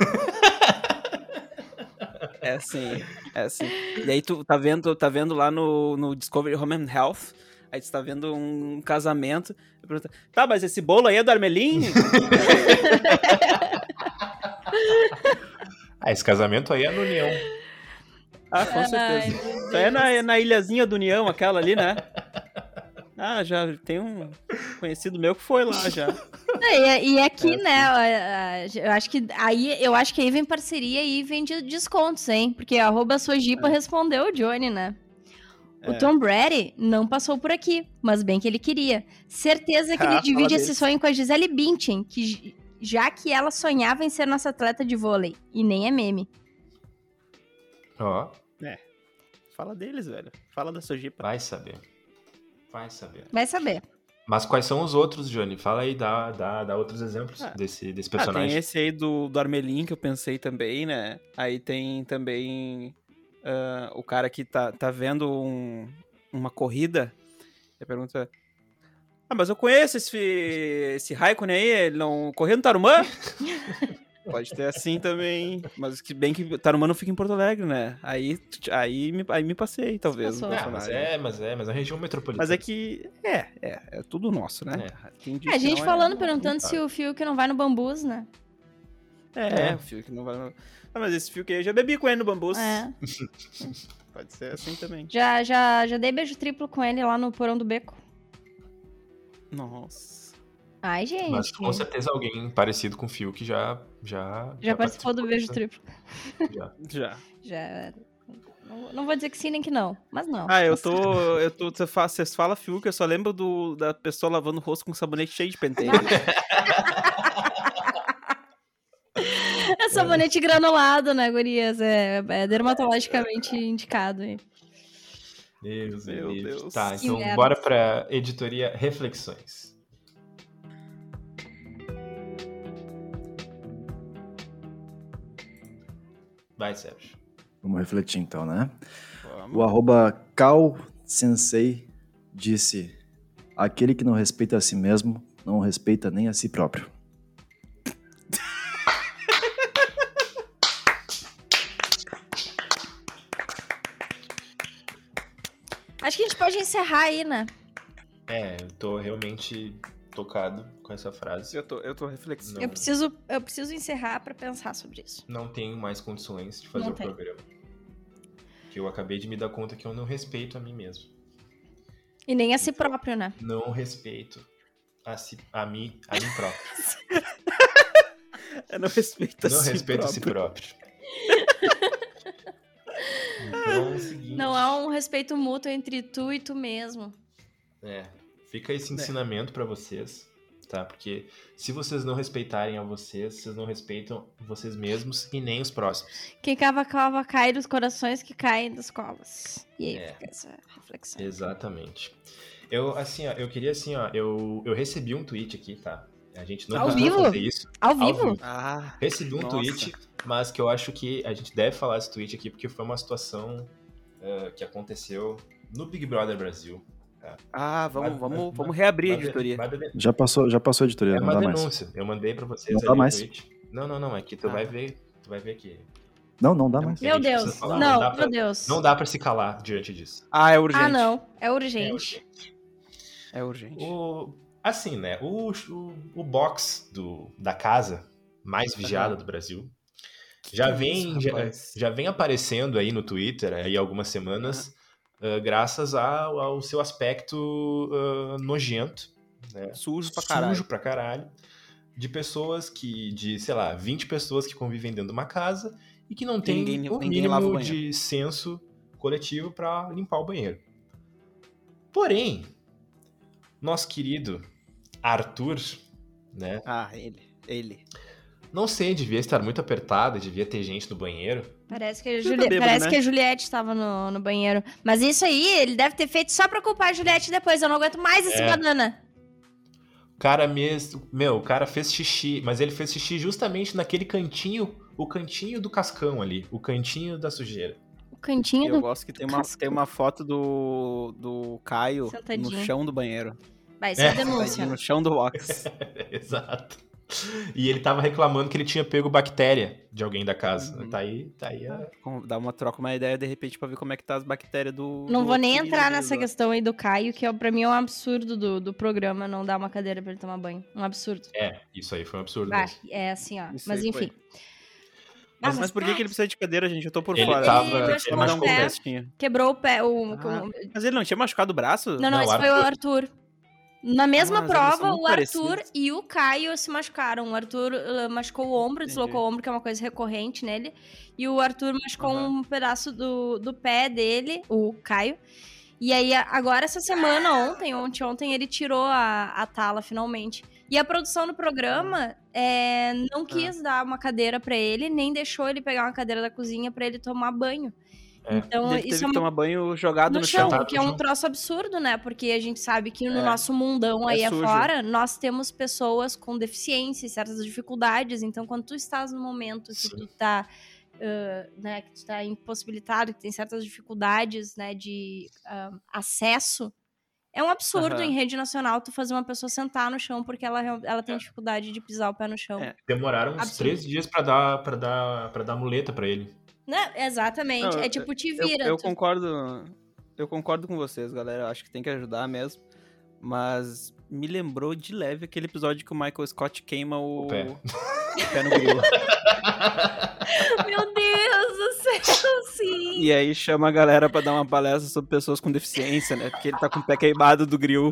D: É assim, é assim. E aí tu tá vendo, tá vendo lá no, no Discovery Home and Health, aí tu tá vendo um casamento, e pergunta, tá, mas esse bolo aí é do Armelin?
A: Ah, esse casamento aí é no União.
D: Ah, com certeza.
B: Ai, meu
D: Isso aí é na, é na ilhazinha do União, aquela ali, né? Ah, já tem um conhecido meu que foi lá já.
B: E, e aqui,
D: É,
B: né, a- a- eu acho que aí eu acho que aí vem parceria e vem de descontos, hein? Porque a arroba Sojipa respondeu o Johnny, né? O
D: É.
B: Tom Brady não passou por aqui, mas bem que ele queria. Certeza que
D: Ah,
B: ele
D: fala
B: divide esse
D: dele.
B: sonho com a Gisele Bündchen, que j- já que ela sonhava em ser nossa atleta de vôlei, e nem é meme.
A: Ó,
D: Fala deles, velho. Fala da Sojipa.
A: vai saber. Vai saber.
B: Vai saber.
A: Mas quais são os outros, Johnny? Fala aí, dá, dá, dá outros exemplos
D: Ah.
A: desse, desse
D: Ah, tem
A: personagem.
D: esse aí do, do Armelin que eu pensei também, né? Aí tem também ah, o cara que tá, tá vendo um- uma corrida e pergunta: Ah, mas eu conheço esse, esse Raikkonen aí, ele não correu no Tarumã? Pode ter assim também, mas que bem que Tarumã não fica em Porto Alegre, né? Aí, aí, me, aí me passei, talvez,
B: Passou.
D: no
A: Ah, mas
D: personagem.
A: é, mas é, mas é a região metropolitana.
D: Mas é que, é, é, é tudo nosso, né? Quem diz
B: A
D: que
B: gente
D: não
B: falando,
D: é,
B: perguntando
D: não
B: se
D: sabe.
B: o Fiuk não vai no Bambus, né?
D: É,
A: É.
D: o fio que não vai. Ah, mas esse fio que aí eu já bebi com ele no bambus.
B: É.
D: Pode ser assim também.
B: Já, já, já dei beijo triplo com ele lá no Porão do Beco.
D: Nossa.
B: Ai, gente.
A: Mas com certeza alguém parecido com o Fio que já. Já,
B: Já participou do beijo
A: dessa-
B: triplo.
A: Já.
D: Já.
B: Já. Não, não vou dizer que sim nem que não, mas não.
D: Ah, eu tô. Eu tô. Vocês falam, vocês falam fio que eu só lembro do, da pessoa lavando o rosto com sabonete cheio de penteio.
B: É sabonete granulado, né, gurias? É, é dermatologicamente indicado. Hein?
A: Deus,
D: Meu
A: me livre.
D: Deus.
A: Tá,
B: Que
A: então
B: merda.
A: bora pra editoria Reflexões. Vai, Sérgio.
C: Vamos refletir então, né?
D: Vamos.
C: O arroba Cal Sensei disse: aquele que não respeita a si mesmo, não respeita nem a si próprio.
B: Acho que a gente pode encerrar aí, né?
A: É, eu tô realmente tocado com essa frase.
D: Eu tô, eu tô reflexivo.
A: Não,
B: Eu preciso, eu preciso encerrar pra pensar sobre isso.
A: não tenho mais condições de fazer
B: Não
A: o
B: tem.
A: programa. porque eu acabei de me dar conta que eu não respeito a mim mesmo.
B: E nem a si
A: Então,
B: próprio, né?
A: Não respeito a, si, a mim, a mim próprio.
D: Eu não respeito a
A: Não
D: si
A: respeito a si
D: próprio.
A: próprio. Então é o seguinte.
B: Não há um respeito mútuo entre tu e tu mesmo.
A: É, fica esse ensinamento pra vocês, tá? Porque se vocês não respeitarem a vocês, vocês não respeitam vocês mesmos e nem os próximos.
B: Quem cava cova cai dos corações que caem das covas. E aí
A: É.
B: fica essa reflexão.
A: Exatamente. Eu, assim, ó, eu queria, assim, ó, eu, eu recebi um tweet aqui, tá? A gente não
B: Ao
A: costuma
B: vivo?
A: fazer isso.
B: Ao
A: Ao
B: vivo?
A: vivo.
D: Ah,
A: Recebi um
D: Nossa.
A: tweet, mas que eu acho que a gente deve falar esse tweet aqui, porque foi uma situação uh, que aconteceu no Big Brother Brasil.
D: ah vamos,
A: Mas-
D: vamos,
A: mas-
D: vamos reabrir a
A: Mas-
D: editoria.
A: mas- mas-
C: Já passou, já passou a editoria,
A: É
C: não
A: uma
C: dá mais.
A: denúncia. Eu mandei pra vocês
C: Não
A: ali
C: dá
A: o
C: mais.
A: tweet. Não, não, não. É que tu
D: Ah.
A: vai ver. Tu vai ver que.
C: Não, não dá mais.
A: A
B: Meu
A: gente
B: Deus.
A: precisa falar,
B: Não,
A: não dá pra-
B: meu Deus.
A: Não dá pra se calar diante disso.
D: Ah, é urgente.
B: Ah, não. É
A: É
B: urgente.
A: urgente.
D: É urgente.
A: O, assim, né? O, o, o box do, da casa mais vigiada do Brasil já
D: que é
A: vem,
D: isso,
A: já,
D: rapaz?
A: já vem aparecendo aí no Twitter aí há algumas semanas, ah, graças ao, ao seu aspecto ah, nojento, né?
D: Sujo pra caralho.
A: Sujo pra caralho, de pessoas que, de, sei lá, vinte pessoas que convivem dentro de uma casa e que não tem
D: Ninguém-
A: o
D: ninguém lava o
A: mínimo
D: banheiro.
A: de senso coletivo pra limpar o banheiro. Porém, nosso querido Arthur, né?
D: Ah, ele. Ele.
A: Não sei, devia estar muito apertado, devia ter gente no banheiro.
B: Parece que a,
D: tá
B: Juli...
D: bêbado,
B: Parece
D: né?
B: que a Juliette estava no, no banheiro. Mas isso aí, ele deve ter feito só pra culpar a Juliette depois. Eu não aguento mais esse
A: É.
B: banana.
A: O cara mesmo, meu, o cara fez xixi, mas ele fez xixi justamente naquele cantinho, o cantinho do cascão ali, o cantinho da sujeira.
B: O cantinho
D: Eu
B: do...
D: gosto que tem uma,
B: cascão.
D: tem uma foto do, do Caio
B: Sentadinho.
D: no chão do banheiro.
B: Vai ser
A: É.
B: denúncia.
D: Tadinho, no chão do box.
A: Exato. E ele tava reclamando que ele tinha pego bactéria de alguém da casa.
D: Uhum.
A: Tá aí, tá aí. a-
D: Com- Dá uma troca, uma ideia de repente pra ver como é que tá as bactérias do.
B: Não
D: do
B: vou nem
D: outro
B: entrar
D: menino
B: nessa
D: deles lá.
B: questão aí do Caio, que é, pra mim é um absurdo do, do programa não dar uma cadeira pra ele tomar banho. Um absurdo.
A: É, isso aí foi um absurdo.
B: Vai,
A: mesmo.
B: é assim, ó.
D: Isso
B: mas
D: aí
B: enfim.
D: foi.
B: Ah,
D: Mas, mas por que, que ele precisa de cadeira, gente? Eu tô por
A: Ele
D: fora.
A: tava-
B: Ele
A: ele
B: machucou
D: Vamos dar
B: o
D: um
A: machucou
B: pé,
D: contextinho.
B: quebrou o pé. O,
D: Ah,
B: o-
D: mas ele não tinha machucado o braço?
B: Não, não,
A: Não,
B: esse
A: o
B: foi o Arthur. Na mesma
D: Ah, mas eles são
B: prova,
D: muito
B: o Arthur
D: parecidos.
B: e o Caio se machucaram. O Arthur uh, machucou o ombro,
D: Entendi.
B: deslocou o ombro, que é uma coisa recorrente nele. E o Arthur machucou
D: Aham.
B: um pedaço do, do pé dele, o Caio. E aí, a- agora, essa semana, ontem, ontem, ontem, ele tirou a, a tala, finalmente. E a produção do programa é, não quis dar uma cadeira pra ele, nem deixou ele pegar uma cadeira da cozinha pra ele tomar banho.
A: É.
B: Então,
D: Ele
B: isso
D: teve
B: é
D: que
B: uma
D: tomar banho jogado
B: no,
D: no,
B: chão,
D: chão.
B: o que é um
A: chão.
B: troço absurdo, né? Porque a gente sabe que no
D: É.
B: nosso mundão aí
D: É sujo.
B: afora, nós temos pessoas com deficiência e certas dificuldades. Então, quando tu estás no momento que
A: Sim.
B: tu tá, uh, né, que tu tá impossibilitado, que tem certas dificuldades, né, de ah, acesso, é um absurdo
D: Aham.
B: em rede nacional tu fazer uma pessoa sentar no chão porque ela, real- ela tem
A: É.
B: dificuldade de pisar o pé no chão.
D: É.
A: Demoraram uns
B: Absurdo.
A: três dias pra dar, pra dar, pra dar muleta pra ele.
B: Né? Exatamente.
D: Não,
B: é tipo, te
D: Eu,
B: vira.
D: eu
B: tu-
D: concordo. Eu concordo com vocês, galera. Eu acho que tem que ajudar mesmo. Mas me lembrou de leve aquele episódio que o Michael Scott queima o,
A: O pé.
D: o pé no grilo.
B: Meu Deus do céu, sim.
D: E aí chama a galera pra dar uma palestra sobre pessoas com deficiência, né? Porque ele tá com o pé queimado do grill.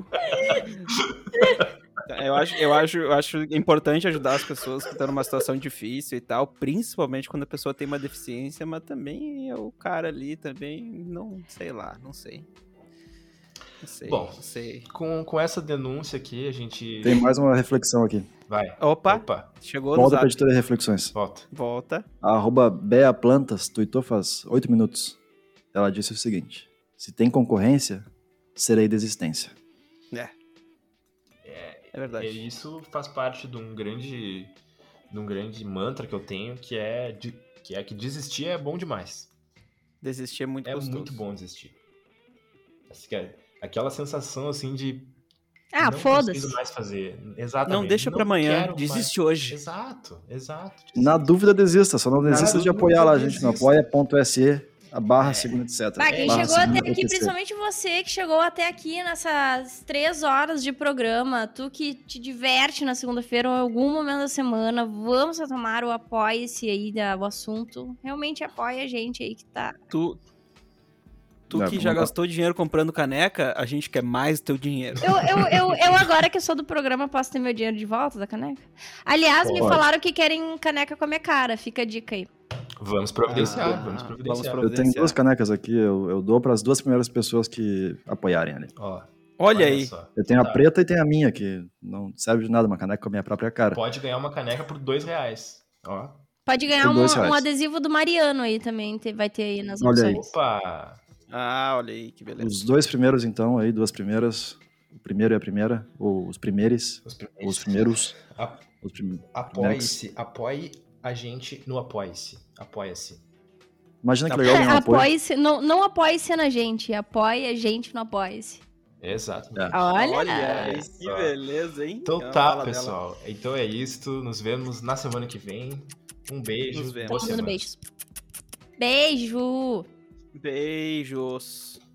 D: Eu acho, eu, acho, eu acho importante ajudar as pessoas que estão numa situação difícil e tal, principalmente quando a pessoa tem uma deficiência, mas também é o cara ali também, não sei lá, não sei. Não sei,
A: Bom.
D: não sei.
A: Com, com essa denúncia aqui, a gente
C: Tem mais uma reflexão aqui.
A: vai.
D: Opa,
A: Opa,
D: chegou no
C: Volta pra
D: zap.
C: editoria Reflexões.
A: volta.
D: Volta.
C: A arroba Bea Plantas tweetou faz oito minutos. Ela disse o seguinte: se tem concorrência, serei desistência.
D: É. É
A: E
D: verdade.
A: isso faz parte de um grande, de um grande mantra que eu tenho, que é, de, que é que desistir é bom demais.
D: Desistir é muito
A: É
D: gostoso.
A: muito bom desistir. Assim, que é aquela sensação assim de
B: Ah,
A: não
B: foda-se.
A: preciso mais fazer. Exatamente.
D: Não deixa pra amanhã,
A: quero
D: desiste
A: mais.
D: hoje.
A: Exato, exato.
C: Na dúvida, desista. Só não
A: Na
C: desista de
A: dúvida,
C: apoiar lá, gente. No
A: desista.
C: apoia.se, a barra segunda, etcétera.
B: Vai, quem
C: Barra
B: chegou até
C: segunda,
B: aqui,
C: etcétera.
B: principalmente você que chegou até aqui nessas três horas de programa, tu que te diverte na segunda-feira ou em algum momento da semana, vamos retomar o apoia-se aí, da, o assunto. Realmente apoia a gente aí que tá.
D: Tu, Tu
C: Não,
D: que já
C: não-
D: gastou dinheiro comprando caneca, a gente quer mais teu dinheiro.
B: Eu, eu, eu, eu, agora que eu sou do programa, posso ter meu dinheiro de volta da caneca? Aliás, me
A: Pode.
B: falaram que querem caneca com a minha cara. Fica a dica aí.
A: Vamos providenciar,
D: Ah,
A: vamos
D: vamos
A: providenciar.
D: providenciar.
C: Eu tenho duas canecas aqui, eu, eu dou para as duas primeiras pessoas que apoiarem ali.
A: Ó,
D: Olha aí.
A: só.
C: Eu tenho
A: Tá.
C: a preta e tenho a minha, que não serve de nada, uma caneca com a minha própria cara.
A: Pode ganhar uma caneca por dois reais. Ó.
B: Pode ganhar
C: Por
B: um,
C: dois
B: um
C: reais.
B: adesivo do Mariano aí também, te- vai ter aí nas
C: Olha aí.
B: opções.
A: Opa!
D: Ah, olha aí, que beleza.
C: Os dois primeiros, então, aí, duas primeiras. O primeiro e a primeira, ou os primeiros.
A: Os primeiros.
C: Os primeiros.
A: A-
C: Os prim...
A: Apoie-se. Apoie a gente no Apoie-se. Apoia-se.
C: Imagina que legal ganhar um apoio.
B: Apoie-se, não, não apoie-se na gente, apoie a gente no apoie-se.
A: Exato.
C: É.
B: Olha,
D: Olha aí,
A: só.
D: que beleza, hein?
A: Então
D: É uma
A: tá,
D: fala dela.
A: pessoal. Então é isto. Nos vemos na semana que vem. Um beijo.
D: Nos vemos.
A: Boa
B: Tô mandando
A: semana.
B: beijos. Beijo!
D: Beijos.